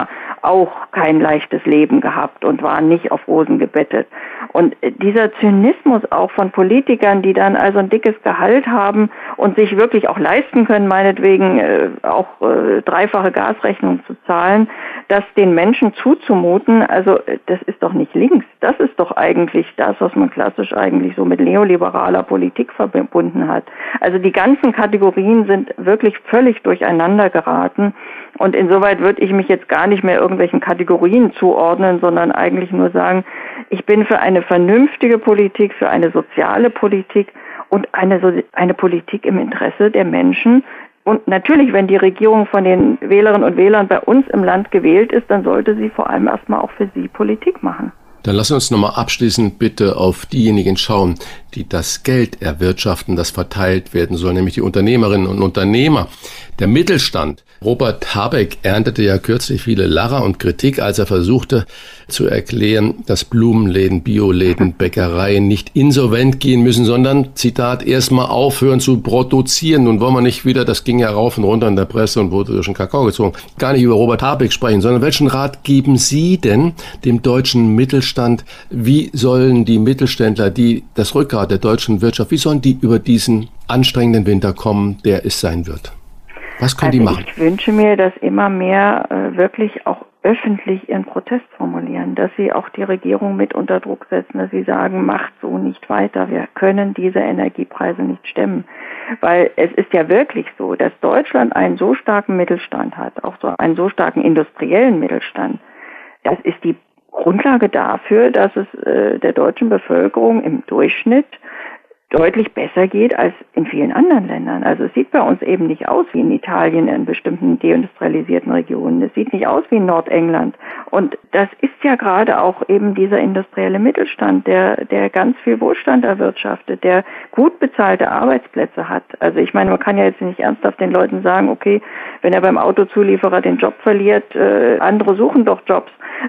auch kein leichtes Leben gehabt und waren nicht auf Rosen gebettet. Und dieser Zynismus auch von Politikern, die dann also ein dickes Gehalt haben und sich wirklich auch leisten können, meinetwegen auch dreifache Gasrechnung zu zahlen, das den Menschen zuzumuten, also das ist doch nicht links. Das ist doch eigentlich das, was man klassisch eigentlich so mit neoliberaler Politik verbunden hat. Also die ganzen Kategorien sind wirklich völlig durcheinander geraten. Und insoweit würde ich mich jetzt gar nicht mehr irgendwelchen Kategorien zuordnen, sondern eigentlich nur sagen, ich bin für eine vernünftige Politik, für eine soziale Politik und eine Politik im Interesse der Menschen. Und natürlich, wenn die Regierung von den Wählerinnen und Wählern bei uns im Land gewählt ist, dann sollte sie vor allem erstmal auch für sie Politik machen. Dann lassen wir uns nochmal abschließend bitte auf diejenigen schauen, die das Geld erwirtschaften, das verteilt werden soll, nämlich die Unternehmerinnen und Unternehmer. Der Mittelstand. Robert Habeck erntete ja kürzlich viele Lacher und Kritik, als er versuchte zu erklären, dass Blumenläden, Bioläden, Bäckereien nicht insolvent gehen müssen, sondern, Zitat, erstmal aufhören zu produzieren. Nun wollen wir nicht wieder, das ging ja rauf und runter in der Presse und wurde durch den Kakao gezogen, gar nicht über Robert Habeck sprechen, sondern welchen Rat geben Sie denn dem deutschen Mittelstand? Wie sollen die Mittelständler, die das Rückgrat der deutschen Wirtschaft, wie sollen die über diesen anstrengenden Winter kommen, der es sein wird? Was können die machen? Ich wünsche mir, dass immer mehr wirklich auch öffentlich ihren Protest formulieren, dass sie auch die Regierung mit unter Druck setzen, dass sie sagen, macht so nicht weiter, wir können diese Energiepreise nicht stemmen. Weil es ist ja wirklich so, dass Deutschland einen so starken Mittelstand hat, auch so einen so starken industriellen Mittelstand. Das ist die Grundlage dafür, dass es der deutschen Bevölkerung im Durchschnitt deutlich besser geht als in vielen anderen Ländern. Also es sieht bei uns eben nicht aus wie in Italien in bestimmten deindustrialisierten Regionen. Es sieht nicht aus wie in Nordengland. Und das ist ja gerade auch eben dieser industrielle Mittelstand, der ganz viel Wohlstand erwirtschaftet, der gut bezahlte Arbeitsplätze hat. Also ich meine, man kann ja jetzt nicht ernsthaft den Leuten sagen, okay, wenn er beim Autozulieferer den Job verliert, andere suchen doch Jobs.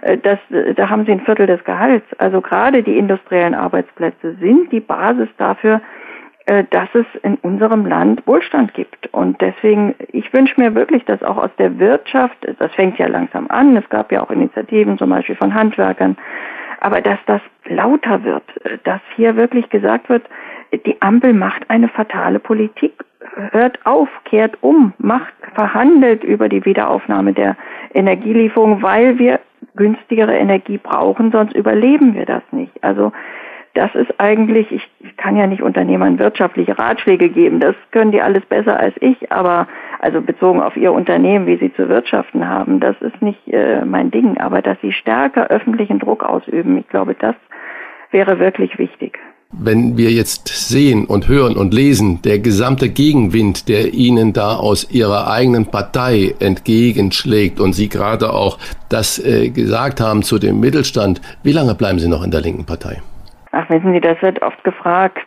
Da haben sie ein Viertel des Gehalts. Also gerade die industriellen Arbeitsplätze sind die Basis dafür, dass es in unserem Land Wohlstand gibt. Und deswegen, ich wünsche mir wirklich, dass auch aus der Wirtschaft, das fängt ja langsam an, es gab ja auch Initiativen zum Beispiel von Handwerkern, aber dass das lauter wird, dass hier wirklich gesagt wird, die Ampel macht eine fatale Politik, hört auf, kehrt um, verhandelt über die Wiederaufnahme der Energielieferung, weil wir günstigere Energie brauchen, sonst überleben wir das nicht. Also das ist eigentlich, ich kann ja nicht Unternehmern wirtschaftliche Ratschläge geben, das können die alles besser als ich, aber also bezogen auf ihr Unternehmen, wie sie zu wirtschaften haben, das ist nicht mein Ding, aber dass sie stärker öffentlichen Druck ausüben, ich glaube, das wäre wirklich wichtig. Wenn wir jetzt sehen und hören und lesen, der gesamte Gegenwind, der Ihnen da aus Ihrer eigenen Partei entgegenschlägt und Sie gerade auch das gesagt haben zu dem Mittelstand, wie lange bleiben Sie noch in der linken Partei? Ach, wissen Sie, das wird oft gefragt.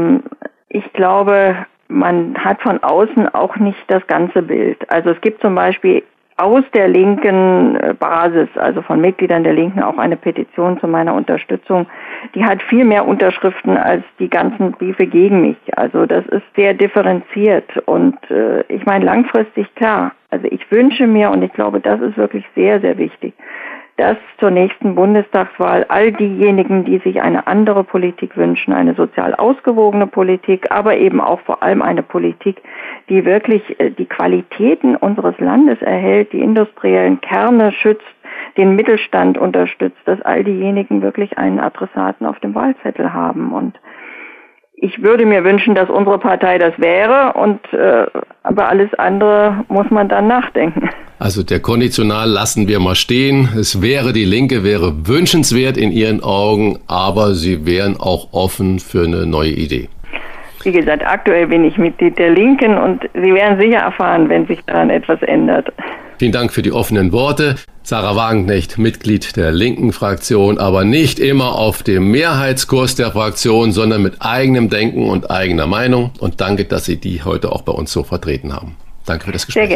Ich glaube, man hat von außen auch nicht das ganze Bild. Also es gibt zum Beispiel aus der linken Basis, also von Mitgliedern der Linken, auch eine Petition zu meiner Unterstützung. Die hat viel mehr Unterschriften als die ganzen Briefe gegen mich. Also das ist sehr differenziert und ich meine langfristig klar. Also ich wünsche mir, und ich glaube, das ist wirklich sehr, sehr wichtig, dass zur nächsten Bundestagswahl all diejenigen, die sich eine andere Politik wünschen, eine sozial ausgewogene Politik, aber eben auch vor allem eine Politik, die wirklich die Qualitäten unseres Landes erhält, die industriellen Kerne schützt, den Mittelstand unterstützt, dass all diejenigen wirklich einen Adressaten auf dem Wahlzettel haben. Und ich würde mir wünschen, dass unsere Partei das wäre und über alles andere muss man dann nachdenken. Also der Konditional lassen wir mal stehen. Es wäre, die Linke wäre wünschenswert in Ihren Augen, aber Sie wären auch offen für eine neue Idee. Wie gesagt, aktuell bin ich Mitglied der Linken und Sie werden sicher erfahren, wenn sich daran etwas ändert. Vielen Dank für die offenen Worte. Sarah Wagenknecht, Mitglied der linken Fraktion, aber nicht immer auf dem Mehrheitskurs der Fraktion, sondern mit eigenem Denken und eigener Meinung. Und danke, dass Sie die heute auch bei uns so vertreten haben. Danke für das Gespräch. Sehr gerne.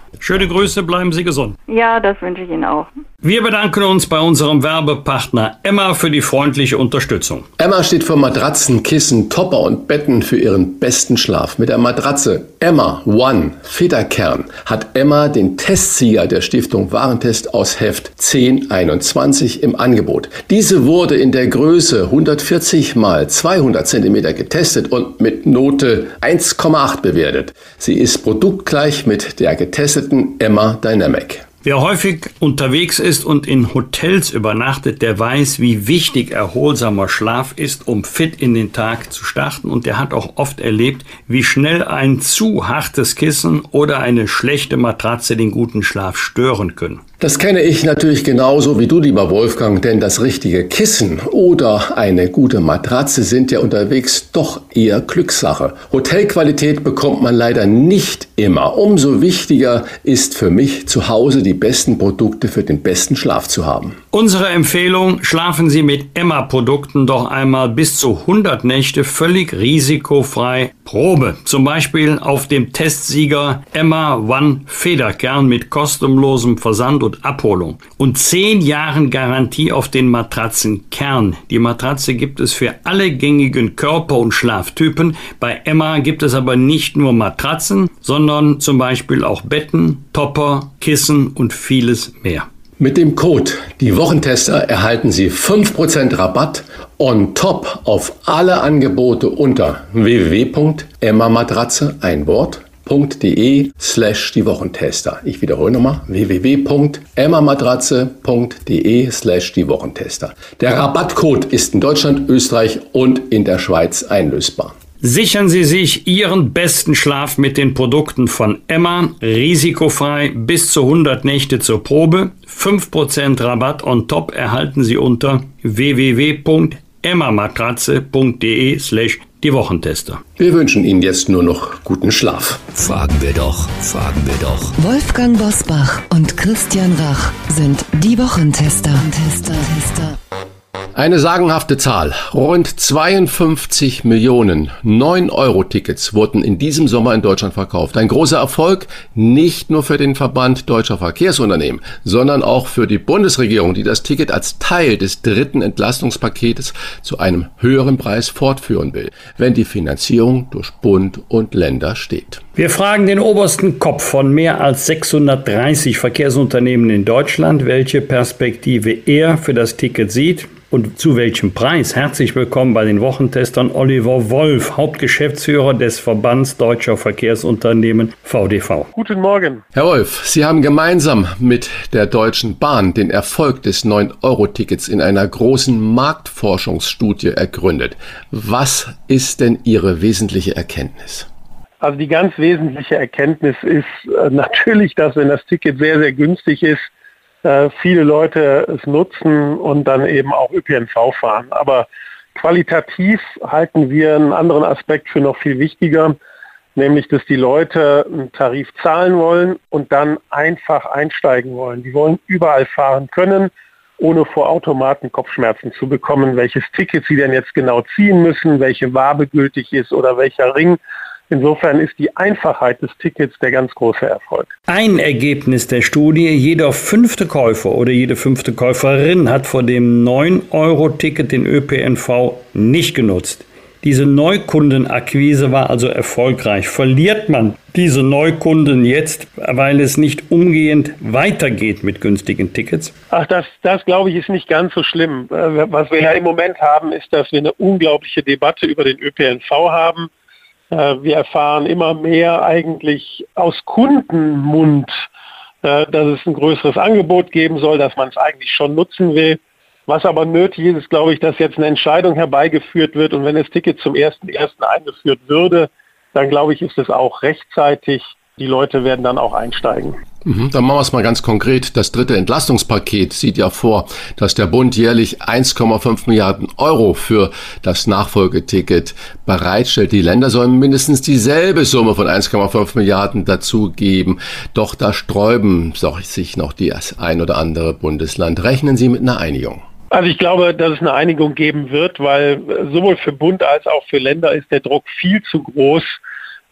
Schöne Grüße, bleiben Sie gesund. Ja, das wünsche ich Ihnen auch. Wir bedanken uns bei unserem Werbepartner Emma für die freundliche Unterstützung. Emma steht für Matratzen, Kissen, Topper und Betten für ihren besten Schlaf. Mit der Matratze Emma One Federkern hat Emma den Testsieger der Stiftung Warentest aus Heft 1021 im Angebot. Diese wurde in der Größe 140 x 200 cm getestet und mit Note 1,8 bewertet. Sie ist produktgleich mit der getesteten Emma Dynamic. Wer häufig unterwegs ist und in Hotels übernachtet, der weiß, wie wichtig erholsamer Schlaf ist, um fit in den Tag zu starten. Und der hat auch oft erlebt, wie schnell ein zu hartes Kissen oder eine schlechte Matratze den guten Schlaf stören können. Das kenne ich natürlich genauso wie du, lieber Wolfgang, denn das richtige Kissen oder eine gute Matratze sind ja unterwegs doch eher Glückssache. Hotelqualität bekommt man leider nicht immer. Umso wichtiger ist für mich, zu Hause die besten Produkte für den besten Schlaf zu haben. Unsere Empfehlung: schlafen Sie mit Emma-Produkten doch einmal bis zu 100 Nächte völlig risikofrei Probe. Zum Beispiel auf dem Testsieger Emma One Federkern mit kostenlosem Versand und Abholung und 10 Jahren Garantie auf den Matratzenkern. Die Matratze gibt es für alle gängigen Körper- und Schlaftypen. Bei Emma gibt es aber nicht nur Matratzen, sondern zum Beispiel auch Betten, Topper, Kissen und vieles mehr. Mit dem Code Die Wochentester erhalten Sie 5% Rabatt on top auf alle Angebote unter www.emmamatratze, ein Wort.de/die Wochentester. Ich wiederhole nochmal, www.emmamatratze.de/die Wochentester. Der Rabattcode ist in Deutschland, Österreich und in der Schweiz einlösbar. Sichern Sie sich Ihren besten Schlaf mit den Produkten von Emma, risikofrei bis zu 100 Nächte zur Probe. 5% Rabatt on top erhalten Sie unter www.emmamatratze.de/die Wochentester. Wir wünschen Ihnen jetzt nur noch guten Schlaf. Fragen wir doch. Wolfgang Bosbach und Christian Rach sind die Wochentester. Eine sagenhafte Zahl. Rund 52 Millionen 9-Euro-Tickets wurden in diesem Sommer in Deutschland verkauft. Ein großer Erfolg, nicht nur für den Verband Deutscher Verkehrsunternehmen, sondern auch für die Bundesregierung, die das Ticket als Teil des dritten Entlastungspaketes zu einem höheren Preis fortführen will, wenn die Finanzierung durch Bund und Länder steht. Wir fragen den obersten Kopf von mehr als 630 Verkehrsunternehmen in Deutschland, welche Perspektive er für das Ticket sieht und zu welchem Preis. Herzlich willkommen bei den Wochentestern Oliver Wolf, Hauptgeschäftsführer des Verbands Deutscher Verkehrsunternehmen VDV. Guten Morgen. Herr Wolf, Sie haben gemeinsam mit der Deutschen Bahn den Erfolg des 9-Euro-Tickets in einer großen Marktforschungsstudie ergründet. Was ist denn Ihre wesentliche Erkenntnis? Also die ganz wesentliche Erkenntnis ist natürlich, dass wenn das Ticket sehr, sehr günstig ist, viele Leute es nutzen und dann eben auch ÖPNV fahren. Aber qualitativ halten wir einen anderen Aspekt für noch viel wichtiger, nämlich dass die Leute einen Tarif zahlen wollen und dann einfach einsteigen wollen. Die wollen überall fahren können, ohne vor Automaten Kopfschmerzen zu bekommen, welches Ticket sie denn jetzt genau ziehen müssen, welche Wabe gültig ist oder welcher Ring. Insofern ist die Einfachheit des Tickets der ganz große Erfolg. Ein Ergebnis der Studie: jeder 5. Käufer oder jede 5. Käuferin hat vor dem 9-Euro-Ticket den ÖPNV nicht genutzt. Diese Neukundenakquise war also erfolgreich. Verliert man diese Neukunden jetzt, weil es nicht umgehend weitergeht mit günstigen Tickets? Ach, das glaube ich ist nicht ganz so schlimm. Was wir ja im Moment haben, ist, dass wir eine unglaubliche Debatte über den ÖPNV haben. Wir erfahren immer mehr eigentlich aus Kundenmund, dass es ein größeres Angebot geben soll, dass man es eigentlich schon nutzen will. Was aber nötig ist, ist, glaube ich, dass jetzt eine Entscheidung herbeigeführt wird. Und wenn das Ticket zum 1.1. eingeführt würde, dann glaube ich, ist es auch rechtzeitig. Die Leute werden dann auch einsteigen. Dann machen wir es mal ganz konkret. Das dritte Entlastungspaket sieht ja vor, dass der Bund jährlich 1,5 Milliarden Euro für das Nachfolgeticket bereitstellt. Die Länder sollen mindestens dieselbe Summe von 1,5 Milliarden dazugeben. Doch da sträuben sich noch das ein oder andere Bundesland. Rechnen Sie mit einer Einigung? Also ich glaube, dass es eine Einigung geben wird, weil sowohl für Bund als auch für Länder ist der Druck viel zu groß,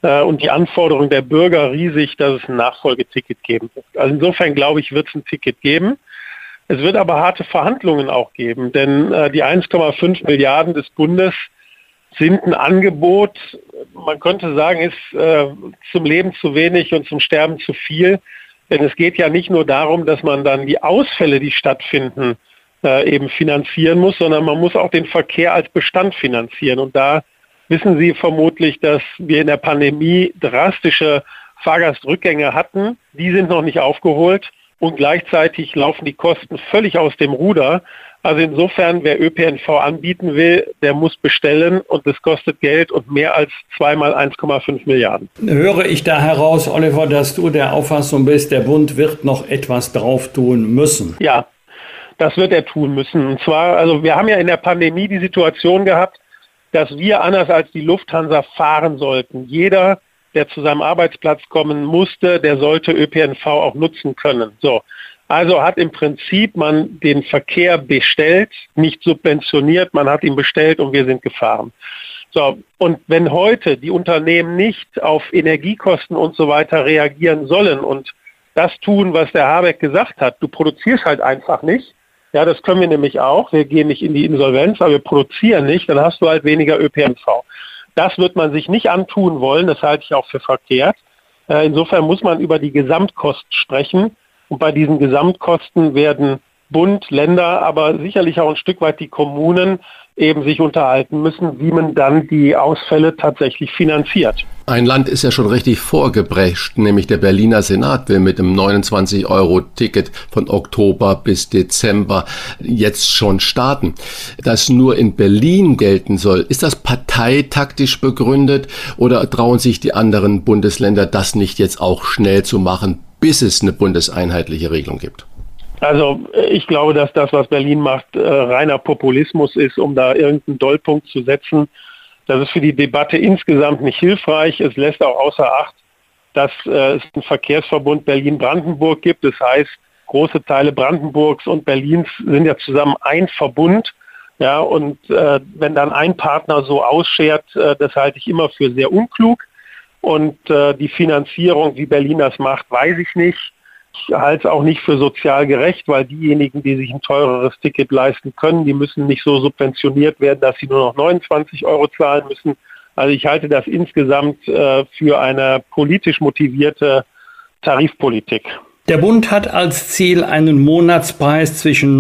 und die Anforderung der Bürger riesig, dass es ein Nachfolgeticket geben wird. Also insofern glaube ich, wird es ein Ticket geben. Es wird aber harte Verhandlungen auch geben, denn die 1,5 Milliarden des Bundes sind ein Angebot, man könnte sagen, ist zum Leben zu wenig und zum Sterben zu viel. Denn es geht ja nicht nur darum, dass man dann die Ausfälle, die stattfinden, eben finanzieren muss, sondern man muss auch den Verkehr als Bestand finanzieren. Und da wissen Sie vermutlich, dass wir in der Pandemie drastische Fahrgastrückgänge hatten. Die sind noch nicht aufgeholt und gleichzeitig laufen die Kosten völlig aus dem Ruder. Also insofern, wer ÖPNV anbieten will, der muss bestellen und das kostet Geld und mehr als 2 mal 1,5 Milliarden. Höre ich da heraus, Oliver, dass du der Auffassung bist, der Bund wird noch etwas drauf tun müssen? Ja, das wird er tun müssen. Und zwar, also wir haben ja in der Pandemie die Situation gehabt, dass wir anders als die Lufthansa fahren sollten. Jeder, der zu seinem Arbeitsplatz kommen musste, der sollte ÖPNV auch nutzen können. So. Also hat im Prinzip man den Verkehr bestellt, nicht subventioniert, man hat ihn bestellt und wir sind gefahren. So. Und wenn heute die Unternehmen nicht auf Energiekosten und so weiter reagieren sollen und das tun, was der Habeck gesagt hat, du produzierst halt einfach nicht. Ja, das können wir nämlich auch. Wir gehen nicht in die Insolvenz, aber wir produzieren nicht. Dann hast du halt weniger ÖPNV. Das wird man sich nicht antun wollen. Das halte ich auch für verkehrt. Insofern muss man über die Gesamtkosten sprechen. Und bei diesen Gesamtkosten werden Bund, Länder, aber sicherlich auch ein Stück weit die Kommunen eben sich unterhalten müssen, wie man dann die Ausfälle tatsächlich finanziert. Ein Land ist ja schon richtig vorgebrecht, nämlich der Berliner Senat will mit einem 29-Euro-Ticket von Oktober bis Dezember jetzt schon starten. Das nur in Berlin gelten soll, ist das parteitaktisch begründet oder trauen sich die anderen Bundesländer das nicht jetzt auch schnell zu machen, bis es eine bundeseinheitliche Regelung gibt? Also ich glaube, dass das, was Berlin macht, reiner Populismus ist, um da irgendeinen Dollpunkt zu setzen. Das ist für die Debatte insgesamt nicht hilfreich. Es lässt auch außer Acht, dass es einen Verkehrsverbund Berlin-Brandenburg gibt. Das heißt, große Teile Brandenburgs und Berlins sind ja zusammen ein Verbund. Ja, und wenn dann ein Partner so ausschert, das halte ich immer für sehr unklug. Und die Finanzierung, wie Berlin das macht, weiß ich nicht. Ich halte es auch nicht für sozial gerecht, weil diejenigen, die sich ein teureres Ticket leisten können, die müssen nicht so subventioniert werden, dass sie nur noch 29 Euro zahlen müssen. Also ich halte das insgesamt für eine politisch motivierte Tarifpolitik. Der Bund hat als Ziel einen Monatspreis zwischen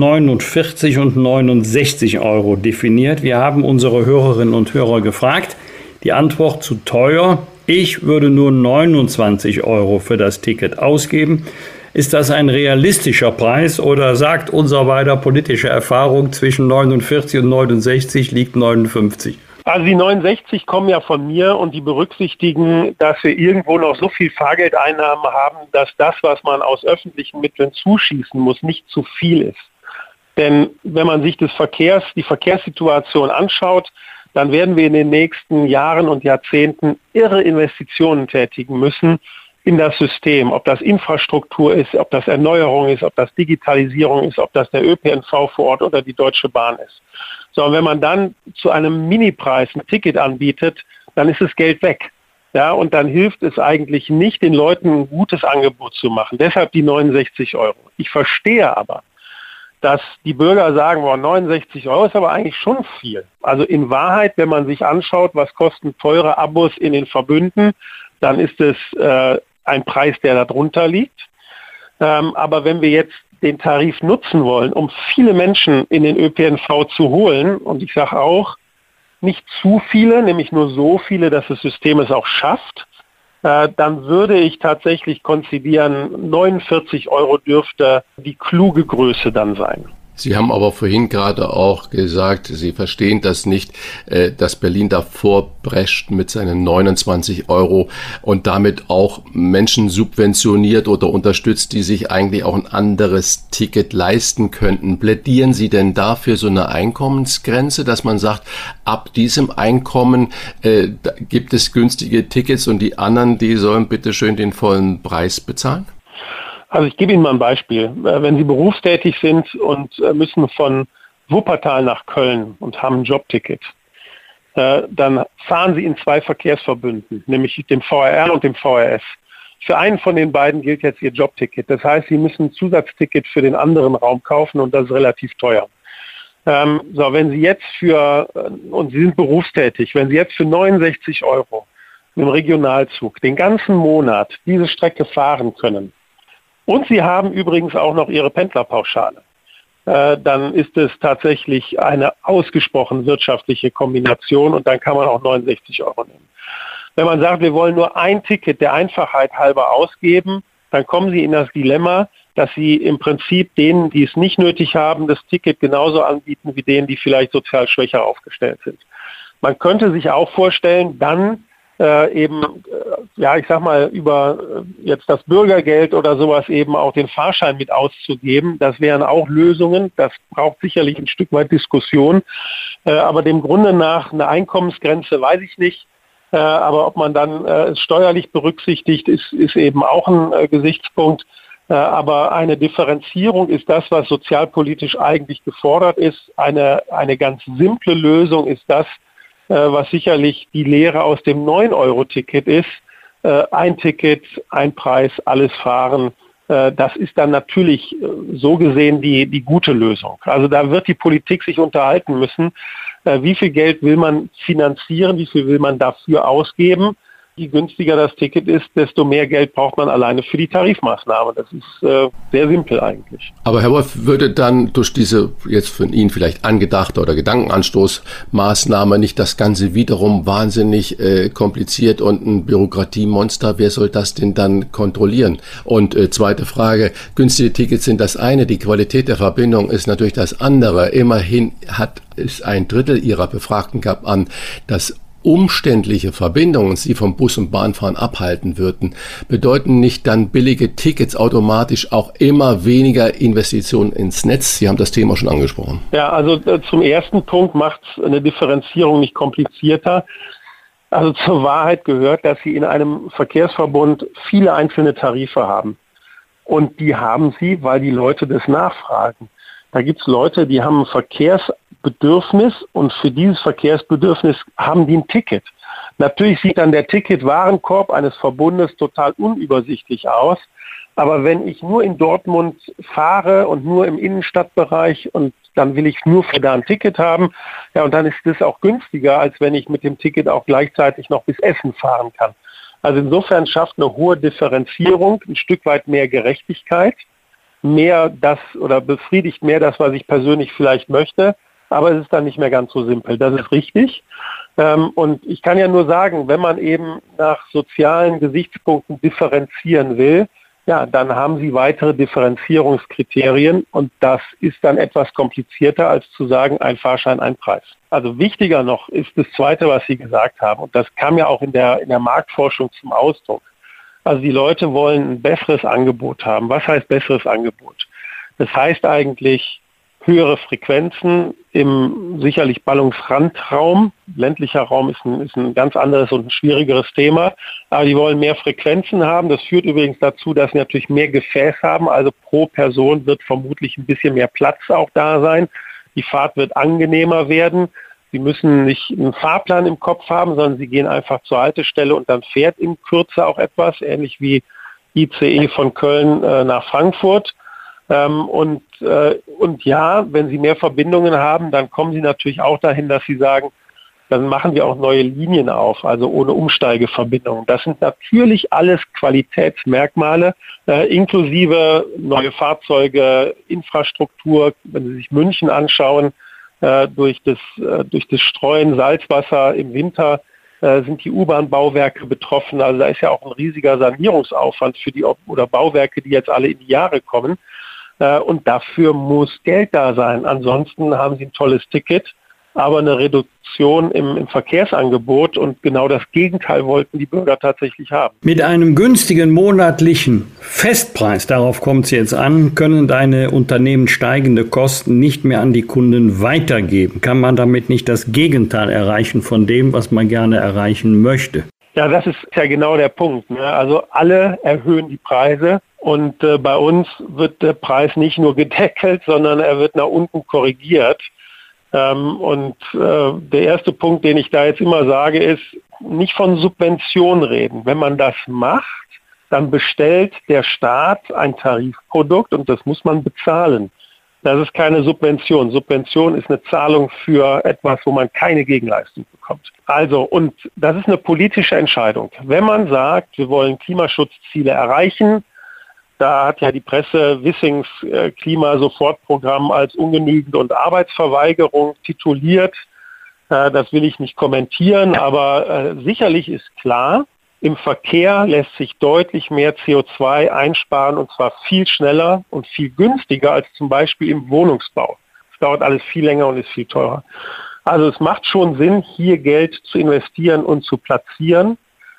49 und 69 Euro definiert. Wir haben unsere Hörerinnen und Hörer gefragt. Die Antwort: zu teuer. Ich würde nur 29 Euro für das Ticket ausgeben. Ist das ein realistischer Preis oder sagt unser beider politische Erfahrung, zwischen 49 und 69 liegt 59? Also die 69 kommen ja von mir und die berücksichtigen, dass wir irgendwo noch so viel Fahrgeldeinnahmen haben, dass das, was man aus öffentlichen Mitteln zuschießen muss, nicht zu viel ist. Denn wenn man sich die Verkehrssituation anschaut, dann werden wir in den nächsten Jahren und Jahrzehnten irre Investitionen tätigen müssen in das System. Ob das Infrastruktur ist, ob das Erneuerung ist, ob das Digitalisierung ist, ob das der ÖPNV vor Ort oder die Deutsche Bahn ist. So, und wenn man dann zu einem Minipreis ein Ticket anbietet, dann ist das Geld weg. Ja, und dann hilft es eigentlich nicht, den Leuten ein gutes Angebot zu machen. Deshalb die 69 Euro. Ich verstehe aber, dass die Bürger sagen, 69 Euro ist aber eigentlich schon viel. Also in Wahrheit, wenn man sich anschaut, was kosten teure Abos in den Verbünden, dann ist es ein Preis, der da drunter liegt. Aber wenn wir jetzt den Tarif nutzen wollen, um viele Menschen in den ÖPNV zu holen, und ich sage auch, nicht zu viele, nämlich nur so viele, dass das System es auch schafft, dann würde ich tatsächlich konzidieren, 49 Euro dürfte die kluge Größe dann sein. Sie haben aber vorhin gerade auch gesagt, Sie verstehen das nicht, dass Berlin davor prescht mit seinen 29 Euro und damit auch Menschen subventioniert oder unterstützt, die sich eigentlich auch ein anderes Ticket leisten könnten. Plädieren Sie denn dafür so eine Einkommensgrenze, dass man sagt, ab diesem Einkommen gibt es günstige Tickets und die anderen, die sollen bitte schön den vollen Preis bezahlen? Also ich gebe Ihnen mal ein Beispiel. Wenn Sie berufstätig sind und müssen von Wuppertal nach Köln und haben ein Jobticket, dann fahren Sie in 2 Verkehrsverbünden, nämlich dem VRR und dem VRS. Für einen von den beiden gilt jetzt Ihr Jobticket. Das heißt, Sie müssen ein Zusatzticket für den anderen Raum kaufen und das ist relativ teuer. Wenn Sie jetzt und Sie sind berufstätig, wenn Sie jetzt für 69 € mit dem Regionalzug den ganzen Monat diese Strecke fahren können und Sie haben übrigens auch noch Ihre Pendlerpauschale, dann ist es tatsächlich eine ausgesprochen wirtschaftliche Kombination und dann kann man auch 69 € nehmen. Wenn man sagt, wir wollen nur ein Ticket der Einfachheit halber ausgeben, dann kommen Sie in das Dilemma, dass Sie im Prinzip denen, die es nicht nötig haben, das Ticket genauso anbieten wie denen, die vielleicht sozial schwächer aufgestellt sind. Man könnte sich auch vorstellen, dann über jetzt das Bürgergeld oder sowas eben auch den Fahrschein mit auszugeben. Das wären auch Lösungen. Das braucht sicherlich ein Stück weit Diskussion. Aber dem Grunde nach eine Einkommensgrenze weiß ich nicht. Aber ob man dann es steuerlich berücksichtigt, ist eben auch ein Gesichtspunkt. Aber eine Differenzierung ist das, was sozialpolitisch eigentlich gefordert ist. Eine ganz simple Lösung ist das, was sicherlich die Lehre aus dem 9-Euro-Ticket ist. Ein Ticket, ein Preis, alles fahren. Das ist dann natürlich so gesehen die gute Lösung. Also da wird die Politik sich unterhalten müssen, wie viel Geld will man finanzieren, wie viel will man dafür ausgeben. Je günstiger das Ticket ist, desto mehr Geld braucht man alleine für die Tarifmaßnahme. Das ist sehr simpel eigentlich. Aber Herr Wolf, würde dann durch diese jetzt von Ihnen vielleicht angedachte oder Gedankenanstoßmaßnahme nicht das Ganze wiederum wahnsinnig kompliziert und ein Bürokratiemonster? Wer soll das denn dann kontrollieren? Und zweite Frage, günstige Tickets sind das eine, die Qualität der Verbindung ist natürlich das andere. Immerhin hat es 1/3 Ihrer Befragten gab an, dass umständliche Verbindungen Sie vom Bus- und Bahnfahren abhalten würden, bedeuten nicht dann billige Tickets automatisch auch immer weniger Investitionen ins Netz? Sie haben das Thema schon angesprochen. Ja, also zum ersten Punkt macht eine Differenzierung nicht komplizierter. Also zur Wahrheit gehört, dass Sie in einem Verkehrsverbund viele einzelne Tarife haben. Und die haben Sie, weil die Leute das nachfragen. Da gibt es Leute, die haben ein Verkehrsbedürfnis und für dieses Verkehrsbedürfnis haben die ein Ticket. Natürlich sieht dann der Ticketwarenkorb eines Verbundes total unübersichtlich aus, aber wenn ich nur in Dortmund fahre und nur im Innenstadtbereich und dann will ich nur für da ein Ticket haben, ja, und dann ist das auch günstiger, als wenn ich mit dem Ticket auch gleichzeitig noch bis Essen fahren kann. Also insofern schafft eine hohe Differenzierung ein Stück weit mehr Gerechtigkeit, mehr das oder befriedigt mehr das, was ich persönlich vielleicht möchte, aber es ist dann nicht mehr ganz so simpel. Das ist richtig. Und ich kann ja nur sagen, wenn man eben nach sozialen Gesichtspunkten differenzieren will, ja, dann haben Sie weitere Differenzierungskriterien und das ist dann etwas komplizierter, als zu sagen, ein Fahrschein, ein Preis. Also wichtiger noch ist das Zweite, was Sie gesagt haben, und das kam ja auch in der Marktforschung zum Ausdruck. Also die Leute wollen ein besseres Angebot haben. Was heißt besseres Angebot? Das heißt eigentlich höhere Frequenzen im sicherlich Ballungsrandraum. Ländlicher Raum ist ein ganz anderes und ein schwierigeres Thema. Aber die wollen mehr Frequenzen haben. Das führt übrigens dazu, dass sie natürlich mehr Gefäß haben. Also pro Person wird vermutlich ein bisschen mehr Platz auch da sein. Die Fahrt wird angenehmer werden. Sie müssen nicht einen Fahrplan im Kopf haben, sondern Sie gehen einfach zur Haltestelle und dann fährt in Kürze auch etwas, ähnlich wie ICE von Köln nach Frankfurt. Und ja, wenn Sie mehr Verbindungen haben, dann kommen Sie natürlich auch dahin, dass Sie sagen, dann machen wir auch neue Linien auf, also ohne Umsteigeverbindungen. Das sind natürlich alles Qualitätsmerkmale, inklusive neue Fahrzeuge, Infrastruktur. Wenn Sie sich München anschauen, durch das Streuen Salzwasser im Winter sind die U-Bahn-Bauwerke betroffen. Also da ist ja auch ein riesiger Sanierungsaufwand für die oder Bauwerke, die jetzt alle in die Jahre kommen. Und dafür muss Geld da sein. Ansonsten haben Sie ein tolles Ticket, aber eine Reduktion im Verkehrsangebot, und genau das Gegenteil wollten die Bürger tatsächlich haben. Mit einem günstigen monatlichen Festpreis, darauf kommt es jetzt an, können deine Unternehmen steigende Kosten nicht mehr an die Kunden weitergeben. Kann man damit nicht das Gegenteil erreichen von dem, was man gerne erreichen möchte? Ja, das ist ja genau der Punkt, ne? Also alle erhöhen die Preise. Und bei uns wird der Preis nicht nur gedeckelt, sondern er wird nach unten korrigiert. Der erste Punkt, den ich da jetzt immer sage, ist, nicht von Subvention reden. Wenn man das macht, dann bestellt der Staat ein Tarifprodukt und das muss man bezahlen. Das ist keine Subvention. Subvention ist eine Zahlung für etwas, wo man keine Gegenleistung bekommt. Also, und das ist eine politische Entscheidung. Wenn man sagt, wir wollen Klimaschutzziele erreichen, da hat ja die Presse Wissings Klimasofortprogramm als ungenügend und Arbeitsverweigerung tituliert. Das will ich nicht kommentieren, aber sicherlich ist klar, im Verkehr lässt sich deutlich mehr CO2 einsparen und zwar viel schneller und viel günstiger als zum Beispiel im Wohnungsbau. Es dauert alles viel länger und ist viel teurer. Also es macht schon Sinn, hier Geld zu investieren und zu platzieren.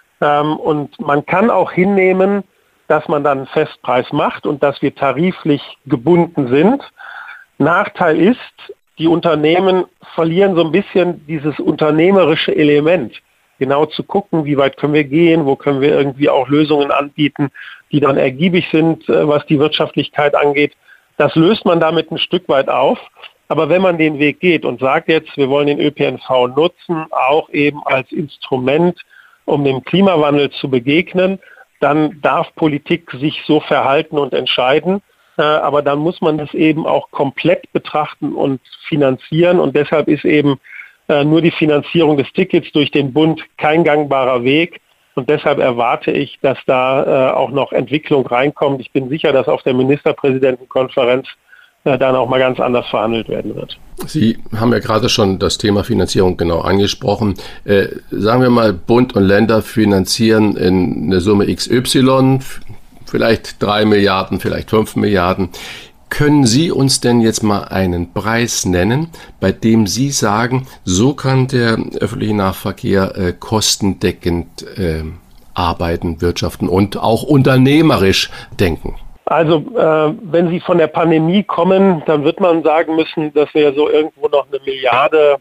Und man kann auch hinnehmen, dass man dann einen Festpreis macht und dass wir tariflich gebunden sind. Nachteil ist, die Unternehmen verlieren so ein bisschen dieses unternehmerische Element. Genau zu gucken, wie weit können wir gehen, wo können wir irgendwie auch Lösungen anbieten, die dann ergiebig sind, was die Wirtschaftlichkeit angeht. Das löst man damit ein Stück weit auf. Aber wenn man den Weg geht und sagt jetzt, wir wollen den ÖPNV nutzen, auch eben als Instrument, um dem Klimawandel zu begegnen, dann darf Politik sich so verhalten und entscheiden. Aber dann muss man das eben auch komplett betrachten und finanzieren. Und deshalb ist eben nur die Finanzierung des Tickets durch den Bund kein gangbarer Weg. Und deshalb erwarte ich, dass da auch noch Entwicklung reinkommt. Ich bin sicher, dass auf der Ministerpräsidentenkonferenz dann auch mal ganz anders verhandelt werden wird. Sie haben ja gerade schon das Thema Finanzierung genau angesprochen. Sagen wir mal, Bund und Länder finanzieren in eine Summe XY, vielleicht 3 Milliarden, vielleicht 5 Milliarden. Können Sie uns denn jetzt mal einen Preis nennen, bei dem Sie sagen, so kann der öffentliche Nahverkehr kostendeckend arbeiten, wirtschaften und auch unternehmerisch denken? Also wenn Sie von der Pandemie kommen, dann wird man sagen müssen, dass wir so irgendwo noch 1 Milliarde,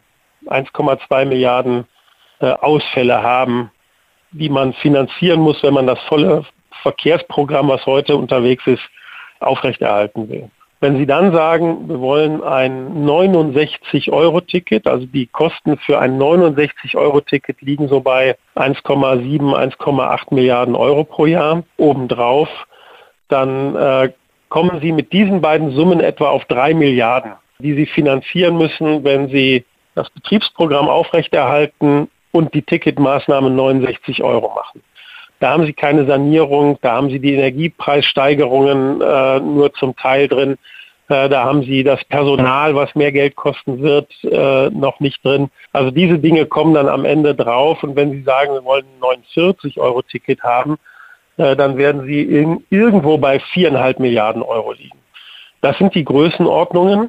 1,2 Milliarden Ausfälle haben, die man finanzieren muss, wenn man das volle Verkehrsprogramm, was heute unterwegs ist, aufrechterhalten will. Wenn Sie dann sagen, wir wollen ein 69-Euro-Ticket, also die Kosten für ein 69-Euro-Ticket liegen so bei 1,7, 1,8 Milliarden Euro pro Jahr obendrauf, dann kommen Sie mit diesen beiden Summen etwa auf 3 Milliarden, die Sie finanzieren müssen, wenn Sie das Betriebsprogramm aufrechterhalten und die Ticketmaßnahme 69 Euro machen. Da haben Sie keine Sanierung, da haben Sie die Energiepreissteigerungen nur zum Teil drin, da haben Sie das Personal, was mehr Geld kosten wird, noch nicht drin. Also diese Dinge kommen dann am Ende drauf und wenn Sie sagen, wir wollen ein 49-Euro-Ticket haben, dann werden Sie irgendwo bei 4,5 Milliarden Euro liegen. Das sind die Größenordnungen,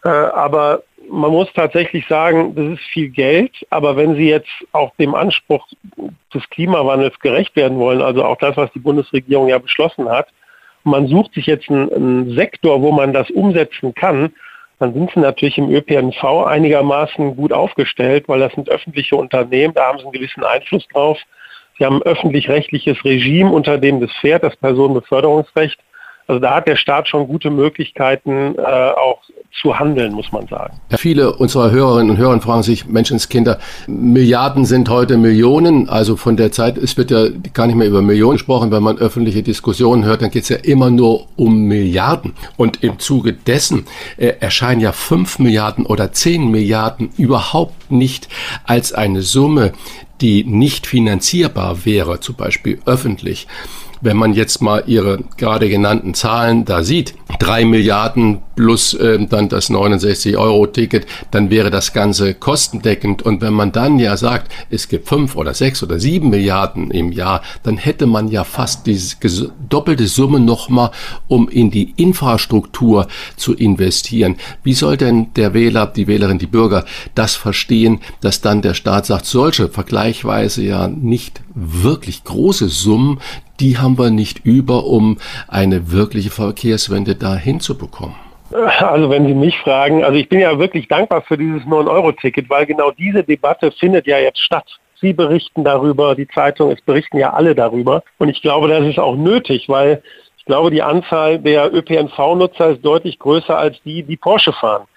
aber man muss tatsächlich sagen, das ist viel Geld, aber wenn Sie jetzt auch dem Anspruch des Klimawandels gerecht werden wollen, also auch das, was die Bundesregierung ja beschlossen hat, und man sucht sich jetzt einen Sektor, wo man das umsetzen kann, dann sind Sie natürlich im ÖPNV einigermaßen gut aufgestellt, weil das sind öffentliche Unternehmen, da haben Sie einen gewissen Einfluss drauf. Sie haben ein öffentlich-rechtliches Regime, unter dem das fährt, das Personenbeförderungsrecht. Also da hat der Staat schon gute Möglichkeiten, auch zu handeln, muss man sagen. Ja, viele unserer Hörerinnen und Hörer fragen sich, Menschenskinder, Milliarden sind heute Millionen. Also von der Zeit, es wird ja gar nicht mehr über Millionen gesprochen. Wenn man öffentliche Diskussionen hört, dann geht es ja immer nur um Milliarden. Und im Zuge dessen erscheinen ja 5 Milliarden oder 10 Milliarden überhaupt nicht als eine Summe, die nicht finanzierbar wäre, zum Beispiel öffentlich. Wenn man jetzt mal Ihre gerade genannten Zahlen da sieht, 3 Milliarden plus dann das 69-Euro-Ticket, dann wäre das Ganze kostendeckend. Und wenn man dann ja sagt, es gibt 5 oder 6 oder 7 Milliarden im Jahr, dann hätte man ja fast diese doppelte Summe nochmal, um in die Infrastruktur zu investieren. Wie soll denn der Wähler, die Wählerin, die Bürger das verstehen, dass dann der Staat sagt, solche vergleichsweise ja nicht wirklich große Summen, die haben wir nicht über, um eine wirkliche Verkehrswende da hinzubekommen? Also wenn Sie mich fragen, also ich bin ja wirklich dankbar für dieses 9-Euro-Ticket, weil genau diese Debatte findet ja jetzt statt. Sie berichten darüber, die Zeitung, es berichten ja alle darüber. Und ich glaube, das ist auch nötig, weil ich glaube, die Anzahl der ÖPNV-Nutzer ist deutlich größer als die Porsche fahren.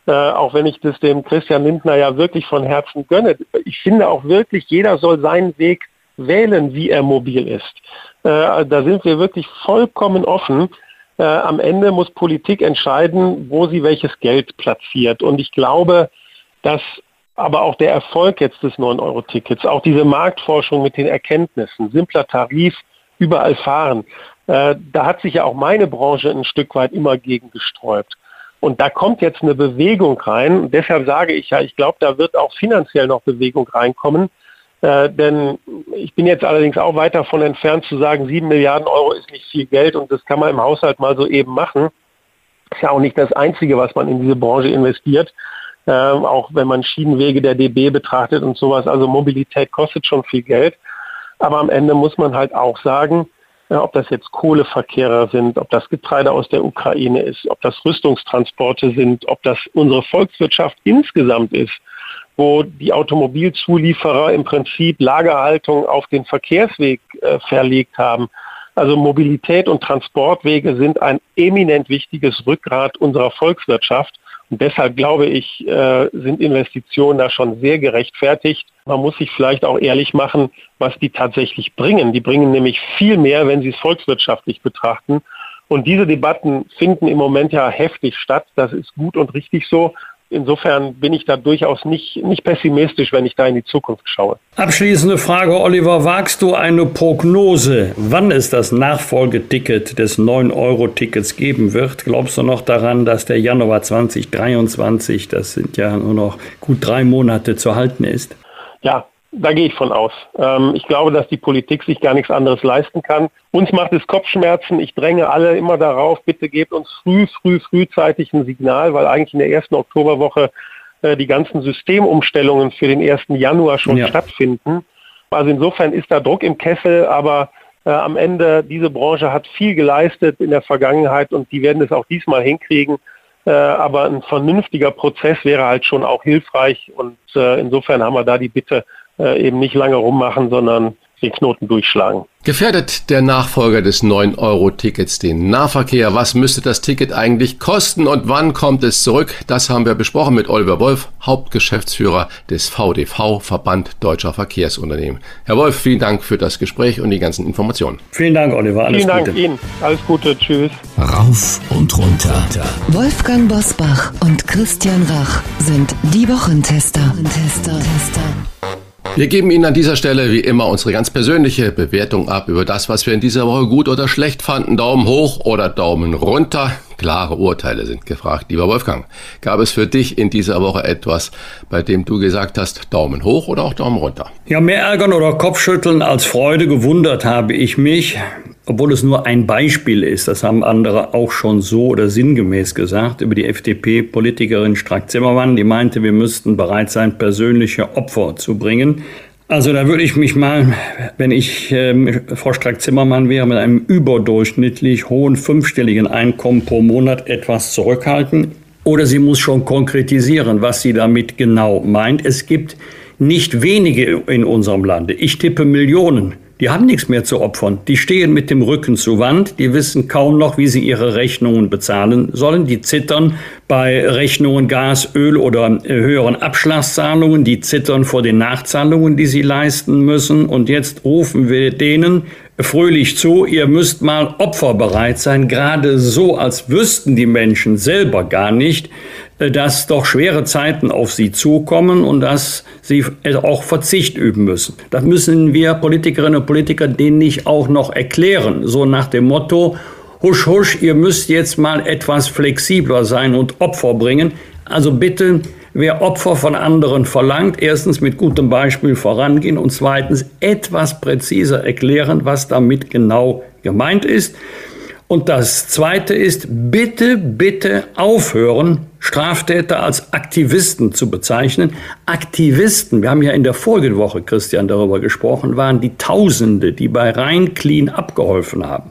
auch wenn ich das dem Christian Lindner ja wirklich von Herzen gönne. Ich finde auch wirklich, jeder soll seinen Weg wählen, wie er mobil ist. Da sind wir wirklich vollkommen offen. Am Ende muss Politik entscheiden, wo sie welches Geld platziert. Und ich glaube, dass aber auch der Erfolg jetzt des 9-Euro-Tickets, auch diese Marktforschung mit den Erkenntnissen, simpler Tarif, überall fahren, da hat sich ja auch meine Branche ein Stück weit immer gegen gesträubt. Und da kommt jetzt eine Bewegung rein. Und deshalb sage ich ja, ich glaube, da wird auch finanziell noch Bewegung reinkommen. Denn ich bin jetzt allerdings auch weit davon entfernt zu sagen, 7 Milliarden Euro ist nicht viel Geld und das kann man im Haushalt mal so eben machen. Ist ja auch nicht das Einzige, was man in diese Branche investiert. Auch wenn man Schienenwege der DB betrachtet und sowas. Also Mobilität kostet schon viel Geld. Aber am Ende muss man halt auch sagen, ob das jetzt Kohleverkehrer sind, ob das Getreide aus der Ukraine ist, ob das Rüstungstransporte sind, ob das unsere Volkswirtschaft insgesamt ist, wo die Automobilzulieferer im Prinzip Lagerhaltung auf den Verkehrsweg verlegt haben. Also Mobilität und Transportwege sind ein eminent wichtiges Rückgrat unserer Volkswirtschaft. Und deshalb glaube ich, sind Investitionen da schon sehr gerechtfertigt. Man muss sich vielleicht auch ehrlich machen, was die tatsächlich bringen. Die bringen nämlich viel mehr, wenn sie es volkswirtschaftlich betrachten. Und diese Debatten finden im Moment ja heftig statt. Das ist gut und richtig so. Insofern bin ich da durchaus nicht pessimistisch, wenn ich da in die Zukunft schaue. Abschließende Frage, Oliver. Wagst du eine Prognose, wann es das Nachfolgeticket des 9-Euro-Tickets geben wird? Glaubst du noch daran, dass der Januar 2023, das sind ja nur noch gut 3 Monate, zu halten ist? Ja, da gehe ich von aus. Ich glaube, dass die Politik sich gar nichts anderes leisten kann. Uns macht es Kopfschmerzen. Ich dränge alle immer darauf, bitte gebt uns frühzeitig ein Signal, weil eigentlich in der ersten Oktoberwoche die ganzen Systemumstellungen für den 1. Januar schon stattfinden. Also insofern ist da Druck im Kessel, aber am Ende, diese Branche hat viel geleistet in der Vergangenheit und die werden es auch diesmal hinkriegen. Aber ein vernünftiger Prozess wäre halt schon auch hilfreich und insofern haben wir da die Bitte, eben nicht lange rummachen, sondern den Knoten durchschlagen. Gefährdet der Nachfolger des 9-Euro-Tickets den Nahverkehr? Was müsste das Ticket eigentlich kosten und wann kommt es zurück? Das haben wir besprochen mit Oliver Wolf, Hauptgeschäftsführer des VDV, Verband Deutscher Verkehrsunternehmen. Herr Wolf, vielen Dank für das Gespräch und die ganzen Informationen. Vielen Dank, Oliver. Alles Gute. Vielen Dank Ihnen. Alles Gute. Tschüss. Rauf und runter. Wolfgang Bosbach und Christian Rach sind die Wochentester. Wir geben Ihnen an dieser Stelle wie immer unsere ganz persönliche Bewertung ab über das, was wir in dieser Woche gut oder schlecht fanden. Daumen hoch oder Daumen runter. Klare Urteile sind gefragt. Lieber Wolfgang, gab es für dich in dieser Woche etwas, bei dem du gesagt hast, Daumen hoch oder auch Daumen runter? Ja, mehr Ärgern oder Kopfschütteln als Freude. Gewundert habe ich mich, obwohl es nur ein Beispiel ist, das haben andere auch schon so oder sinngemäß gesagt, über die FDP-Politikerin Strack-Zimmermann, die meinte, wir müssten bereit sein, persönliche Opfer zu bringen. Also da würde ich mich mal, wenn ich Frau Strack-Zimmermann wäre, mit einem überdurchschnittlich hohen 5-stelligen Einkommen pro Monat etwas zurückhalten. Oder sie muss schon konkretisieren, was sie damit genau meint. Es gibt nicht wenige in unserem Lande. Ich tippe Millionen. Die haben nichts mehr zu opfern. Die stehen mit dem Rücken zur Wand. Die wissen kaum noch, wie sie ihre Rechnungen bezahlen sollen. Die zittern bei Rechnungen Gas, Öl oder höheren Abschlagszahlungen. Die zittern vor den Nachzahlungen, die sie leisten müssen. Und jetzt rufen wir denen fröhlich zu, ihr müsst mal opferbereit sein. Gerade so, als wüssten die Menschen selber gar nicht, dass doch schwere Zeiten auf sie zukommen und dass sie auch Verzicht üben müssen. Das müssen wir Politikerinnen und Politiker denen nicht auch noch erklären. So nach dem Motto, husch, husch, ihr müsst jetzt mal etwas flexibler sein und Opfer bringen. Also bitte, wer Opfer von anderen verlangt, erstens mit gutem Beispiel vorangehen und zweitens etwas präziser erklären, was damit genau gemeint ist. Und das Zweite ist, bitte aufhören, Straftäter als Aktivisten zu bezeichnen. Aktivisten, wir haben ja in der vorigen Woche, Christian, darüber gesprochen, waren die Tausende, die bei Rhein-Clean abgeholfen haben,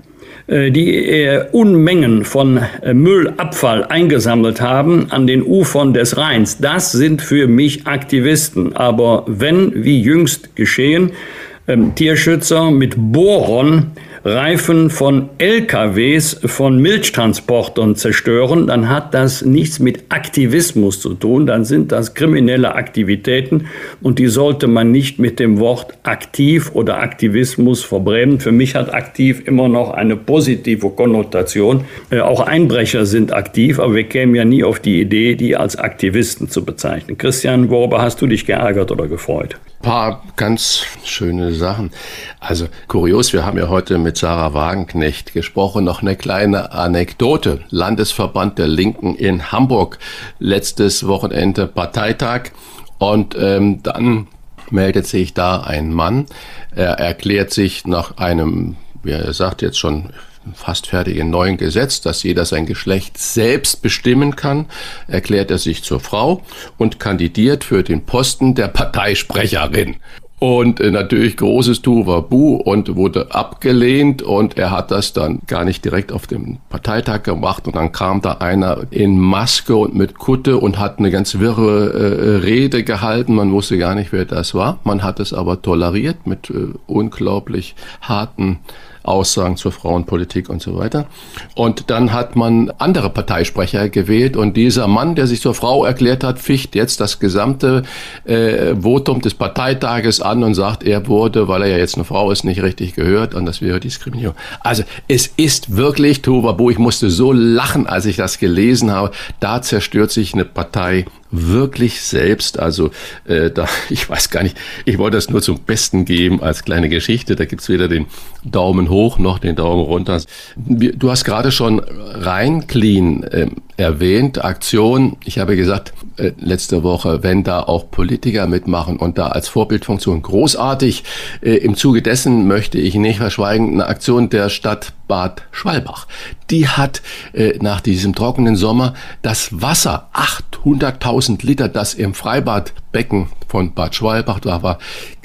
die Unmengen von Müllabfall eingesammelt haben an den Ufern des Rheins. Das sind für mich Aktivisten. Aber wenn, wie jüngst geschehen, Tierschützer mit Bohrern Reifen von LKWs von Milchtransportern zerstören, dann hat das nichts mit Aktivismus zu tun, dann sind das kriminelle Aktivitäten und die sollte man nicht mit dem Wort aktiv oder Aktivismus verbrämen. Für mich hat aktiv immer noch eine positive Konnotation. Auch Einbrecher sind aktiv, aber wir kämen ja nie auf die Idee, die als Aktivisten zu bezeichnen. Christian, worüber hast du dich geärgert oder gefreut? Ein paar ganz schöne Sachen. Also kurios, wir haben ja heute mit Sarah Wagenknecht gesprochen. Noch eine kleine Anekdote. Landesverband der Linken in Hamburg, letztes Wochenende Parteitag. Und dann meldet sich da ein Mann. Er erklärt sich nach einem, wie er sagt, jetzt schon fast fertigen neuen Gesetz, dass jeder sein Geschlecht selbst bestimmen kann, erklärt er sich zur Frau und kandidiert für den Posten der Parteisprecherin. Und natürlich großes Tohuwabohu und wurde abgelehnt und er hat das dann gar nicht direkt auf dem Parteitag gemacht und dann kam da einer in Maske und mit Kutte und hat eine ganz wirre Rede gehalten. Man wusste gar nicht, wer das war. Man hat es aber toleriert mit unglaublich harten Aussagen zur Frauenpolitik und so weiter. Und dann hat man andere Parteisprecher gewählt und dieser Mann, der sich zur Frau erklärt hat, ficht jetzt das gesamte Votum des Parteitages an und sagt, er wurde, weil er ja jetzt eine Frau ist, nicht richtig gehört und das wäre Diskriminierung. Also es ist wirklich tohuwabohu. Ich musste so lachen, als ich das gelesen habe. Da zerstört sich eine Partei wirklich selbst. Also ich weiß gar nicht, ich wollte das nur zum Besten geben als kleine Geschichte. Da gibt's weder den Daumen hoch noch den Daumen runter. Du hast gerade schon Rhein-Clean erwähnt, Aktion. Ich habe gesagt, letzte Woche, wenn da auch Politiker mitmachen und da als Vorbildfunktion großartig. Im Zuge dessen möchte ich nicht verschweigen, eine Aktion der Stadt Bad Schwalbach. Die hat nach diesem trockenen Sommer das Wasser, 800.000 Liter, das im Freibadbecken von Bad Schwalbach, da war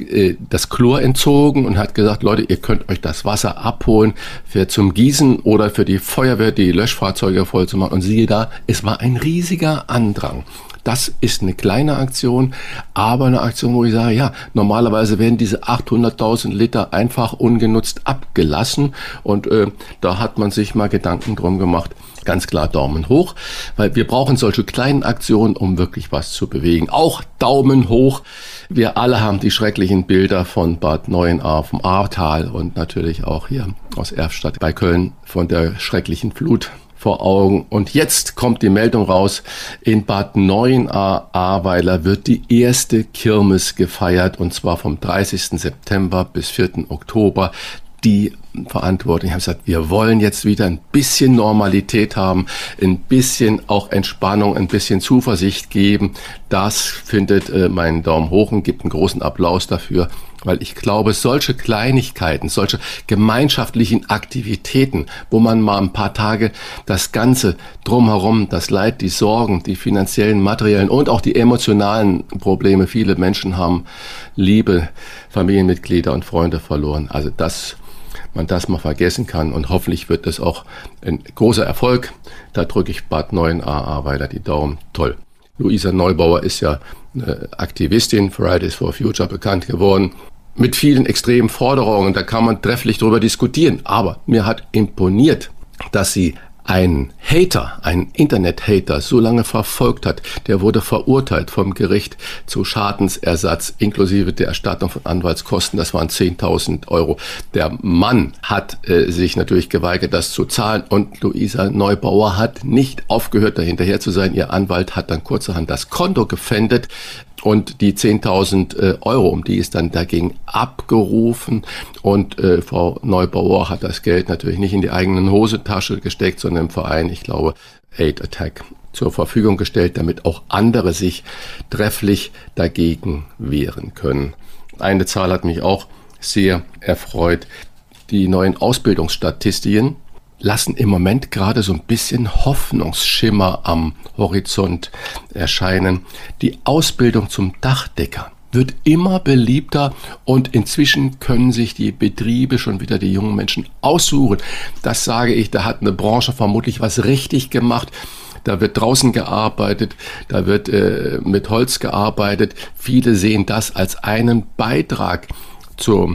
das Chlor entzogen und hat gesagt, Leute, ihr könnt euch das Wasser abholen für zum Gießen oder für die Feuerwehr, die Löschfahrzeuge voll zu machen. Und siehe da, es war ein riesiger Andrang. Das ist eine kleine Aktion, aber eine Aktion, wo ich sage, ja, normalerweise werden diese 800.000 Liter einfach ungenutzt abgelassen und da hat man sich mal Gedanken drum gemacht. Ganz klar Daumen hoch, weil wir brauchen solche kleinen Aktionen, um wirklich was zu bewegen. Auch Daumen hoch. Wir alle haben die schrecklichen Bilder von Bad Neuenahr, vom Ahrtal und natürlich auch hier aus Erftstadt bei Köln von der schrecklichen Flut vor Augen. Und jetzt kommt die Meldung raus, in Bad Neuenahr-Ahrweiler wird die erste Kirmes gefeiert und zwar vom 30. September bis 4. Oktober. Die Verantwortlichen haben gesagt, wir wollen jetzt wieder ein bisschen Normalität haben, ein bisschen auch Entspannung, ein bisschen Zuversicht geben. Das findet meinen Daumen hoch und gibt einen großen Applaus dafür, weil ich glaube, solche Kleinigkeiten, solche gemeinschaftlichen Aktivitäten, wo man mal ein paar Tage das Ganze drumherum, das Leid, die Sorgen, die finanziellen, materiellen und auch die emotionalen Probleme, viele Menschen haben liebe Familienmitglieder und Freunde verloren. Also dass man das mal vergessen kann und hoffentlich wird das auch ein großer Erfolg. Da drücke ich Bad Neuenahr-Ahrweiler die Daumen. Toll. Luisa Neubauer ist ja eine Aktivistin, Fridays for Future, bekannt geworden, mit vielen extremen Forderungen. Da kann man trefflich drüber diskutieren. Aber mir hat imponiert, dass sie einen Hater, einen Internet-Hater so lange verfolgt hat, der wurde verurteilt vom Gericht zu Schadensersatz inklusive der Erstattung von Anwaltskosten. Das waren 10.000 Euro. Der Mann hat sich natürlich geweigert, das zu zahlen und Luisa Neubauer hat nicht aufgehört, dahinterher zu sein. Ihr Anwalt hat dann kurzerhand das Konto gefändet. Und die 10.000 Euro, um die ist dann dagegen abgerufen. Und Frau Neubauer hat das Geld natürlich nicht in die eigenen Hosentasche gesteckt, sondern im Verein, ich glaube, Aid Attack zur Verfügung gestellt, damit auch andere sich trefflich dagegen wehren können. Eine Zahl hat mich auch sehr erfreut. Die neuen Ausbildungsstatistiken lassen im Moment gerade so ein bisschen Hoffnungsschimmer am Horizont erscheinen. Die Ausbildung zum Dachdecker wird immer beliebter und inzwischen können sich die Betriebe schon wieder die jungen Menschen aussuchen. Das sage ich, da hat eine Branche vermutlich was richtig gemacht. Da wird draußen gearbeitet, da wird mit Holz gearbeitet. Viele sehen das als einen Beitrag zum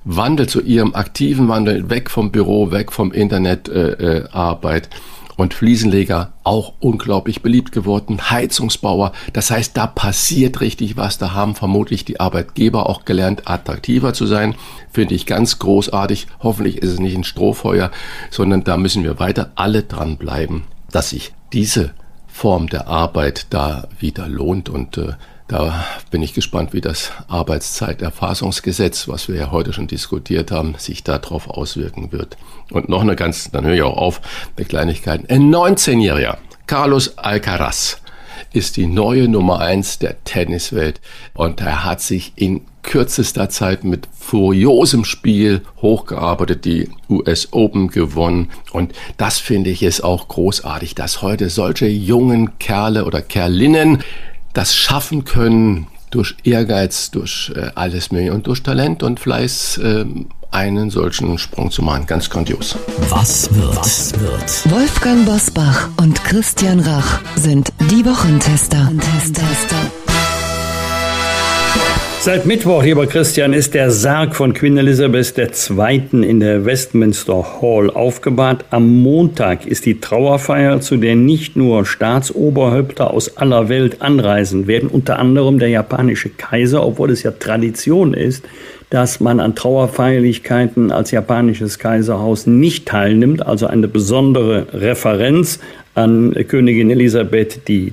Wandel, zu ihrem aktiven Wandel, weg vom Büro, weg vom Internet, Arbeit. Und Fliesenleger auch unglaublich beliebt geworden, Heizungsbauer. Das heißt, da passiert richtig was. Da haben vermutlich die Arbeitgeber auch gelernt, attraktiver zu sein. Finde ich ganz großartig. Hoffentlich ist es nicht ein Strohfeuer, sondern da müssen wir weiter alle dranbleiben, dass sich diese Form der Arbeit da wieder lohnt. Und da bin ich gespannt, wie das Arbeitszeiterfassungsgesetz, was wir ja heute schon diskutiert haben, sich darauf auswirken wird. Und noch dann höre ich auch auf, eine Kleinigkeit. Ein 19-Jähriger, Carlos Alcaraz, ist die neue Nummer 1 der Tenniswelt. Und er hat sich in kürzester Zeit mit furiosem Spiel hochgearbeitet, die US Open gewonnen. Und das finde ich ist auch großartig, dass heute solche jungen Kerle oder Kerlinnen das schaffen können, durch Ehrgeiz, durch alles Mögliche und durch Talent und Fleiß einen solchen Sprung zu machen. Ganz grandios. Was wird? Wolfgang Bosbach und Christian Rach sind die Wochentester. Seit Mittwoch, lieber Christian, ist der Sarg von Queen Elizabeth II. In der Westminster Hall aufgebahrt. Am Montag ist die Trauerfeier, zu der nicht nur Staatsoberhäupter aus aller Welt anreisen werden, unter anderem der japanische Kaiser, obwohl es ja Tradition ist, dass man an Trauerfeierlichkeiten als japanisches Kaiserhaus nicht teilnimmt, also eine besondere Referenz an Königin Elisabeth II.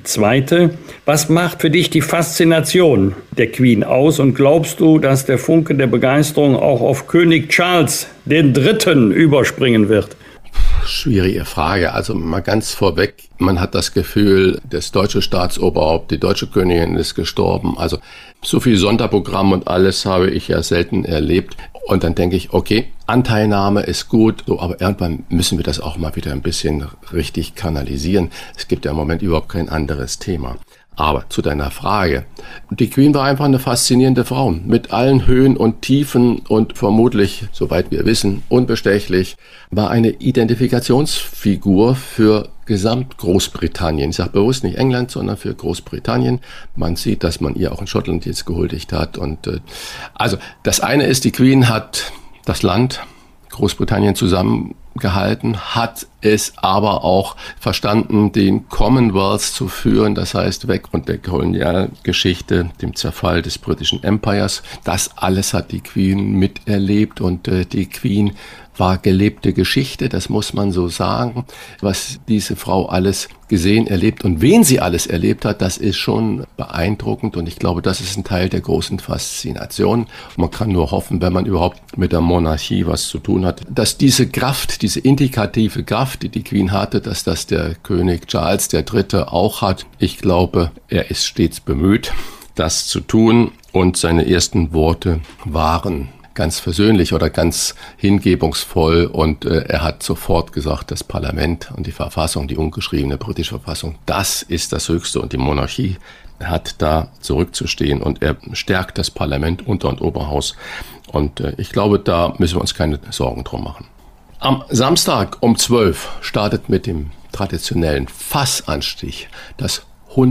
Was macht für dich die Faszination der Queen aus und glaubst du, dass der Funke der Begeisterung auch auf König Charles III. Überspringen wird? Schwierige Frage. Also mal ganz vorweg, man hat das Gefühl, das deutsche Staatsoberhaupt, die deutsche Königin ist gestorben. Also so viel Sonderprogramm und alles habe ich ja selten erlebt. Und dann denke ich, okay, Anteilnahme ist gut, so, aber irgendwann müssen wir das auch mal wieder ein bisschen richtig kanalisieren. Es gibt ja im Moment überhaupt kein anderes Thema. Aber zu deiner Frage. Die Queen war einfach eine faszinierende Frau mit allen Höhen und Tiefen und vermutlich, soweit wir wissen, unbestechlich, war eine Identifikationsfigur für Gesamt-Großbritannien. Ich sage bewusst nicht England, sondern für Großbritannien. Man sieht, dass man ihr auch in Schottland jetzt gehuldigt hat. Und also das eine ist, die Queen hat das Land Großbritannien zusammengehalten, hat es aber auch verstanden, den Commonwealth zu führen, das heißt weg von der Kolonialgeschichte, dem Zerfall des britischen Empires. Das alles hat die Queen miterlebt und die Queen war gelebte Geschichte, das muss man so sagen. Was diese Frau alles gesehen, erlebt und wen sie alles erlebt hat, das ist schon beeindruckend und ich glaube, das ist ein Teil der großen Faszination. Man kann nur hoffen, wenn man überhaupt mit der Monarchie was zu tun hat, dass diese Kraft, diese indikative Kraft, die die Queen hatte, dass das der König Charles III. Auch hat. Ich glaube, er ist stets bemüht, das zu tun und seine ersten Worte waren ganz versöhnlich oder ganz hingebungsvoll und er hat sofort gesagt, das Parlament und die Verfassung, die ungeschriebene britische Verfassung, das ist das Höchste und die Monarchie hat da zurückzustehen und er stärkt das Parlament, Unter- und Oberhaus und ich glaube, da müssen wir uns keine Sorgen drum machen. Am Samstag um 12 startet mit dem traditionellen Fassanstich das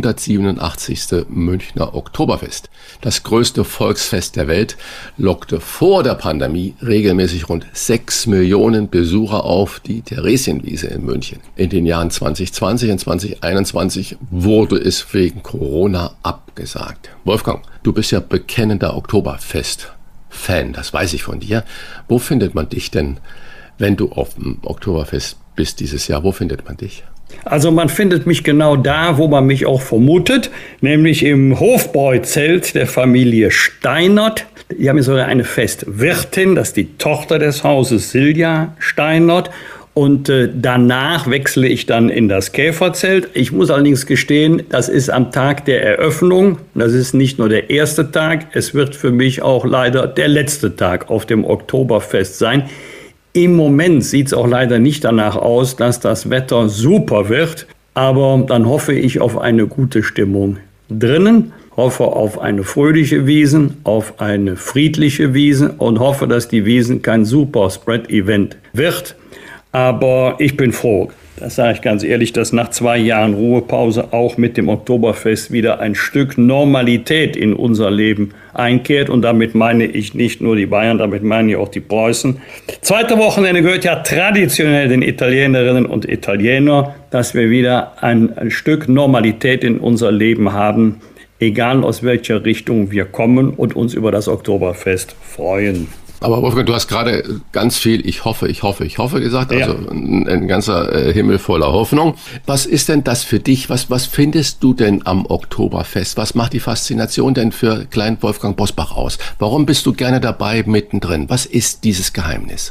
187. Münchner Oktoberfest. Das größte Volksfest der Welt lockte vor der Pandemie regelmäßig rund 6 Millionen Besucher auf die Theresienwiese in München. In den Jahren 2020 und 2021 wurde es wegen Corona abgesagt. Wolfgang, du bist ja bekennender Oktoberfest-Fan, das weiß ich von dir. Wo findet man dich denn, wenn du auf dem Oktoberfest bist dieses Jahr? Wo findet man dich? Also man findet mich genau da, wo man mich auch vermutet, nämlich im Hofbräuzelt der Familie Steinert. Die haben sogar eine Festwirtin, das ist die Tochter des Hauses Silja Steinert. Und danach wechsle ich dann in das Käferzelt. Ich muss allerdings gestehen, das ist am Tag der Eröffnung. Das ist nicht nur der erste Tag, es wird für mich auch leider der letzte Tag auf dem Oktoberfest sein. Im Moment sieht es auch leider nicht danach aus, dass das Wetter super wird. Aber dann hoffe ich auf eine gute Stimmung drinnen, hoffe auf eine fröhliche Wiesn, auf eine friedliche Wiesn und hoffe, dass die Wiesn kein Super-Spread-Event wird. Aber ich bin froh. Das sage ich ganz ehrlich, dass nach 2 Jahren Ruhepause auch mit dem Oktoberfest wieder ein Stück Normalität in unser Leben einkehrt. Und damit meine ich nicht nur die Bayern, damit meine ich auch die Preußen. Zweite Wochenende gehört ja traditionell den Italienerinnen und Italienern, dass wir wieder ein Stück Normalität in unser Leben haben, egal aus welcher Richtung wir kommen und uns über das Oktoberfest freuen. Aber Wolfgang, du hast gerade ganz viel Ich hoffe gesagt, also ja. Ein ganzer Himmel voller Hoffnung. Was ist denn das für dich? Was findest du denn am Oktoberfest? Was macht die Faszination denn für Klein Wolfgang Bosbach aus? Warum bist du gerne dabei mittendrin? Was ist dieses Geheimnis?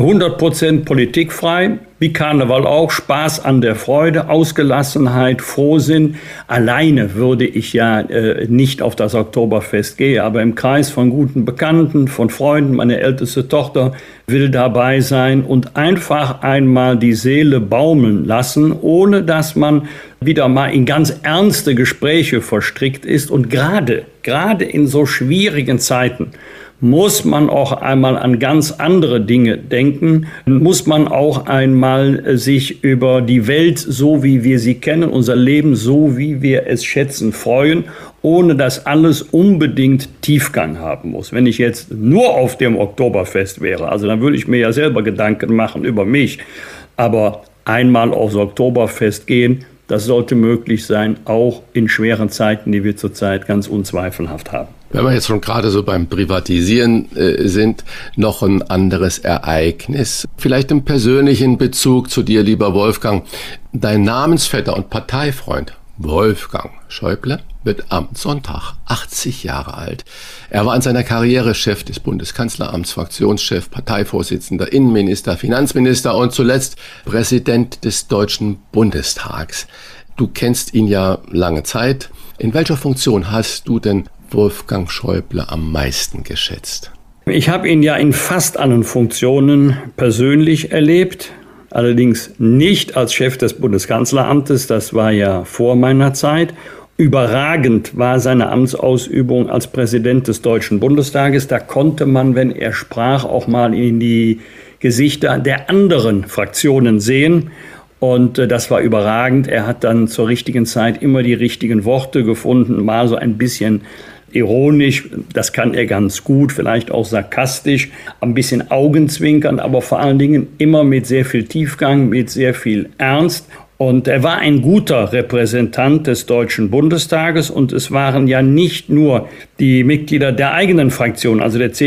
100% politikfrei, wie Karneval auch, Spaß an der Freude, Ausgelassenheit, Frohsinn. Alleine würde ich ja nicht auf das Oktoberfest gehen, aber im Kreis von guten Bekannten, von Freunden, meine älteste Tochter will dabei sein und einfach einmal die Seele baumeln lassen, ohne dass man wieder mal in ganz ernste Gespräche verstrickt ist. Und gerade in so schwierigen Zeiten muss man auch einmal an ganz andere Dinge denken, muss man auch einmal sich über die Welt, so wie wir sie kennen, unser Leben, so wie wir es schätzen, freuen, ohne dass alles unbedingt Tiefgang haben muss. Wenn ich jetzt nur auf dem Oktoberfest wäre, also dann würde ich mir ja selber Gedanken machen über mich, aber einmal aufs Oktoberfest gehen, das sollte möglich sein, auch in schweren Zeiten, die wir zurzeit ganz unzweifelhaft haben. Wenn wir jetzt schon gerade so beim Privatisieren sind, noch ein anderes Ereignis. Vielleicht im persönlichen Bezug zu dir, lieber Wolfgang. Dein Namensvetter und Parteifreund Wolfgang Schäuble wird am Sonntag 80 Jahre alt. Er war in seiner Karriere Chef des Bundeskanzleramts, Fraktionschef, Parteivorsitzender, Innenminister, Finanzminister und zuletzt Präsident des Deutschen Bundestags. Du kennst ihn ja lange Zeit. In welcher Funktion hast du denn Wolfgang Schäuble am meisten geschätzt? Ich habe ihn ja in fast allen Funktionen persönlich erlebt, allerdings nicht als Chef des Bundeskanzleramtes, das war ja vor meiner Zeit. Überragend war seine Amtsausübung als Präsident des Deutschen Bundestages. Da konnte man, wenn er sprach, auch mal in die Gesichter der anderen Fraktionen sehen. Und das war überragend. Er hat dann zur richtigen Zeit immer die richtigen Worte gefunden, mal so ein bisschen ironisch, das kann er ganz gut, vielleicht auch sarkastisch, ein bisschen augenzwinkernd, aber vor allen Dingen immer mit sehr viel Tiefgang, mit sehr viel Ernst. Und er war ein guter Repräsentant des Deutschen Bundestages und es waren ja nicht nur die Mitglieder der eigenen Fraktion, also der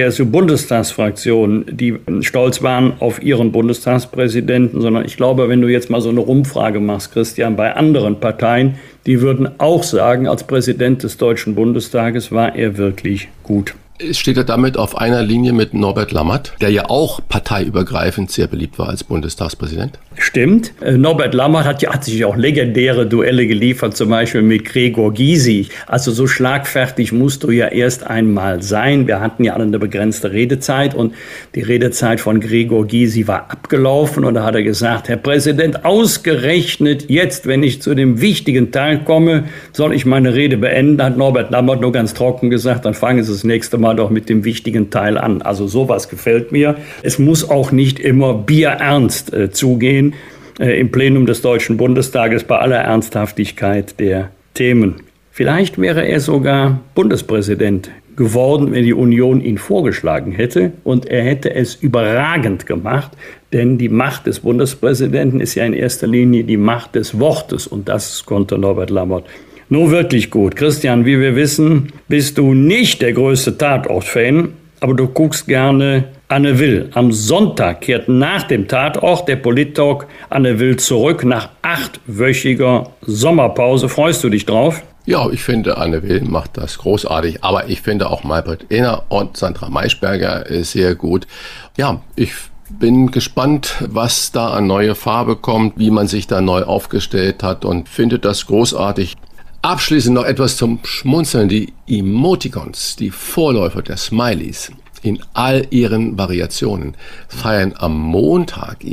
CDU-CSU-Bundestagsfraktion, die stolz waren auf ihren Bundestagspräsidenten, sondern ich glaube, wenn du jetzt mal so eine Rumfrage machst, Christian, bei anderen Parteien, die würden auch sagen, als Präsident des Deutschen Bundestages war er wirklich gut. Steht er damit auf einer Linie mit Norbert Lammert, der ja auch parteiübergreifend sehr beliebt war als Bundestagspräsident? Stimmt. Norbert Lammert hat sich auch legendäre Duelle geliefert, zum Beispiel mit Gregor Gysi. Also so schlagfertig musst du ja erst einmal sein. Wir hatten ja alle eine begrenzte Redezeit und die Redezeit von Gregor Gysi war abgelaufen und da hat er gesagt, Herr Präsident, ausgerechnet jetzt, wenn ich zu dem wichtigen Teil komme, soll ich meine Rede beenden, hat Norbert Lammert nur ganz trocken gesagt, dann fangen Sie das nächste Mal doch mit dem wichtigen Teil an. Also sowas gefällt mir. Es muss auch nicht immer bierernst zugehen im Plenum des Deutschen Bundestages bei aller Ernsthaftigkeit der Themen. Vielleicht wäre er sogar Bundespräsident geworden, wenn die Union ihn vorgeschlagen hätte und er hätte es überragend gemacht, denn die Macht des Bundespräsidenten ist ja in erster Linie die Macht des Wortes und das konnte Norbert Lammert nur wirklich gut. Christian, wie wir wissen, bist du nicht der größte Tatort-Fan, aber du guckst gerne Anne Will. Am Sonntag kehrt nach dem Tatort der Polit-Talk Anne Will zurück nach 8-wöchiger Sommerpause. Freust du dich drauf? Ja, ich finde, Anne Will macht das großartig, aber ich finde auch Maybrit Illner und Sandra Maischberger sehr gut. Ja, ich bin gespannt, was da an neue Farbe kommt, wie man sich da neu aufgestellt hat und finde das großartig. Abschließend noch etwas zum Schmunzeln. Die Emoticons, die Vorläufer der Smileys in all ihren Variationen, feiern am Montag ihren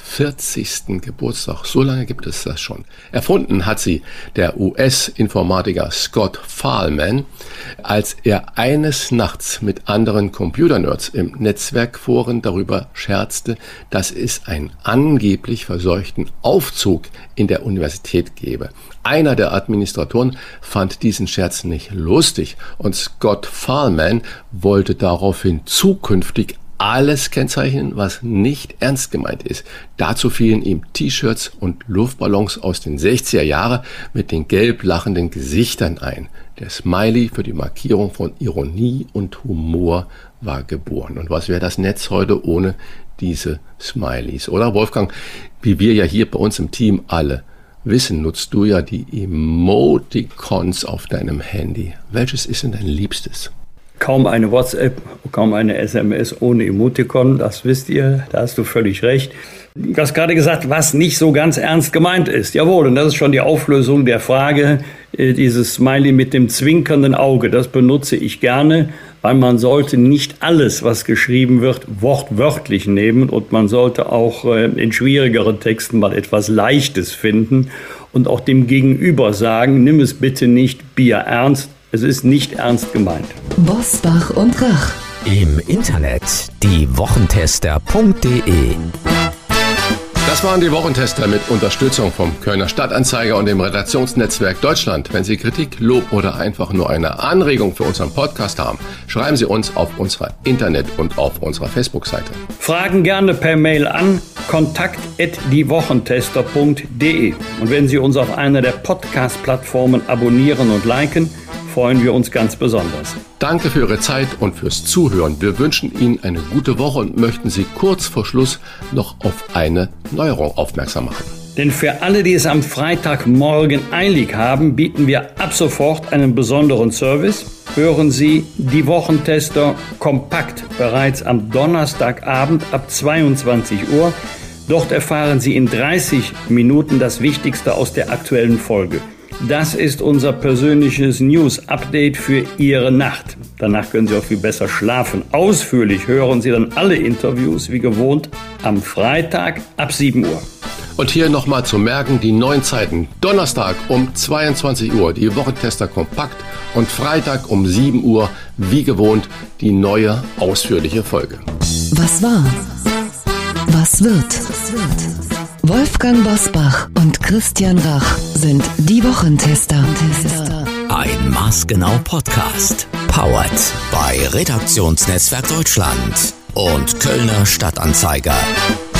40. Geburtstag. So lange gibt es das schon. Erfunden hat sie der US-Informatiker Scott Fahlman, als er eines Nachts mit anderen Computernerds im Netzwerkforen darüber scherzte, dass es einen angeblich verseuchten Aufzug in der Universität gebe. Einer der Administratoren fand diesen Scherz nicht lustig und Scott Fahlman wollte daraufhin zukünftig alles kennzeichnen, was nicht ernst gemeint ist. Dazu fielen ihm T-Shirts und Luftballons aus den 60er Jahren mit den gelb lachenden Gesichtern ein. Der Smiley für die Markierung von Ironie und Humor war geboren. Und was wäre das Netz heute ohne diese Smileys? Oder Wolfgang, wie wir ja hier bei uns im Team alle wissen, nutzt du ja die Emoticons auf deinem Handy. Welches ist denn dein Liebstes? Kaum eine WhatsApp, kaum eine SMS ohne Emoticon, das wisst ihr, da hast du völlig recht. Du hast gerade gesagt, was nicht so ganz ernst gemeint ist. Jawohl, und das ist schon die Auflösung der Frage, dieses Smiley mit dem zwinkernden Auge, das benutze ich gerne, weil man sollte nicht alles, was geschrieben wird, wortwörtlich nehmen und man sollte auch in schwierigeren Texten mal etwas Leichtes finden und auch dem Gegenüber sagen, nimm es bitte nicht Bier ernst. Es ist nicht ernst gemeint. Bosbach und Rach. Im Internet diewochentester.de. Das waren die Wochentester mit Unterstützung vom Kölner Stadtanzeiger und dem Redaktionsnetzwerk Deutschland. Wenn Sie Kritik, Lob oder einfach nur eine Anregung für unseren Podcast haben, schreiben Sie uns auf unserer Internet- und auf unserer Facebook-Seite. Fragen gerne per Mail an kontakt@diewochentester.de. Und wenn Sie uns auf einer der Podcast-Plattformen abonnieren und liken, freuen wir uns ganz besonders. Danke für Ihre Zeit und fürs Zuhören. Wir wünschen Ihnen eine gute Woche und möchten Sie kurz vor Schluss noch auf eine Neuerung aufmerksam machen. Denn für alle, die es am Freitagmorgen eilig haben, bieten wir ab sofort einen besonderen Service. Hören Sie die Wochentester kompakt bereits am Donnerstagabend ab 22 Uhr. Dort erfahren Sie in 30 Minuten das Wichtigste aus der aktuellen Folge. Das ist unser persönliches News-Update für Ihre Nacht. Danach können Sie auch viel besser schlafen. Ausführlich hören Sie dann alle Interviews wie gewohnt am Freitag ab 7 Uhr. Und hier nochmal zu merken, die neuen Zeiten. Donnerstag um 22 Uhr die Wochentester kompakt und Freitag um 7 Uhr wie gewohnt die neue ausführliche Folge. Was war? Was wird? Wolfgang Bosbach und Christian Rach sind die Wochentester. Ein maßgenau Podcast. Powered bei Redaktionsnetzwerk Deutschland und Kölner Stadtanzeiger.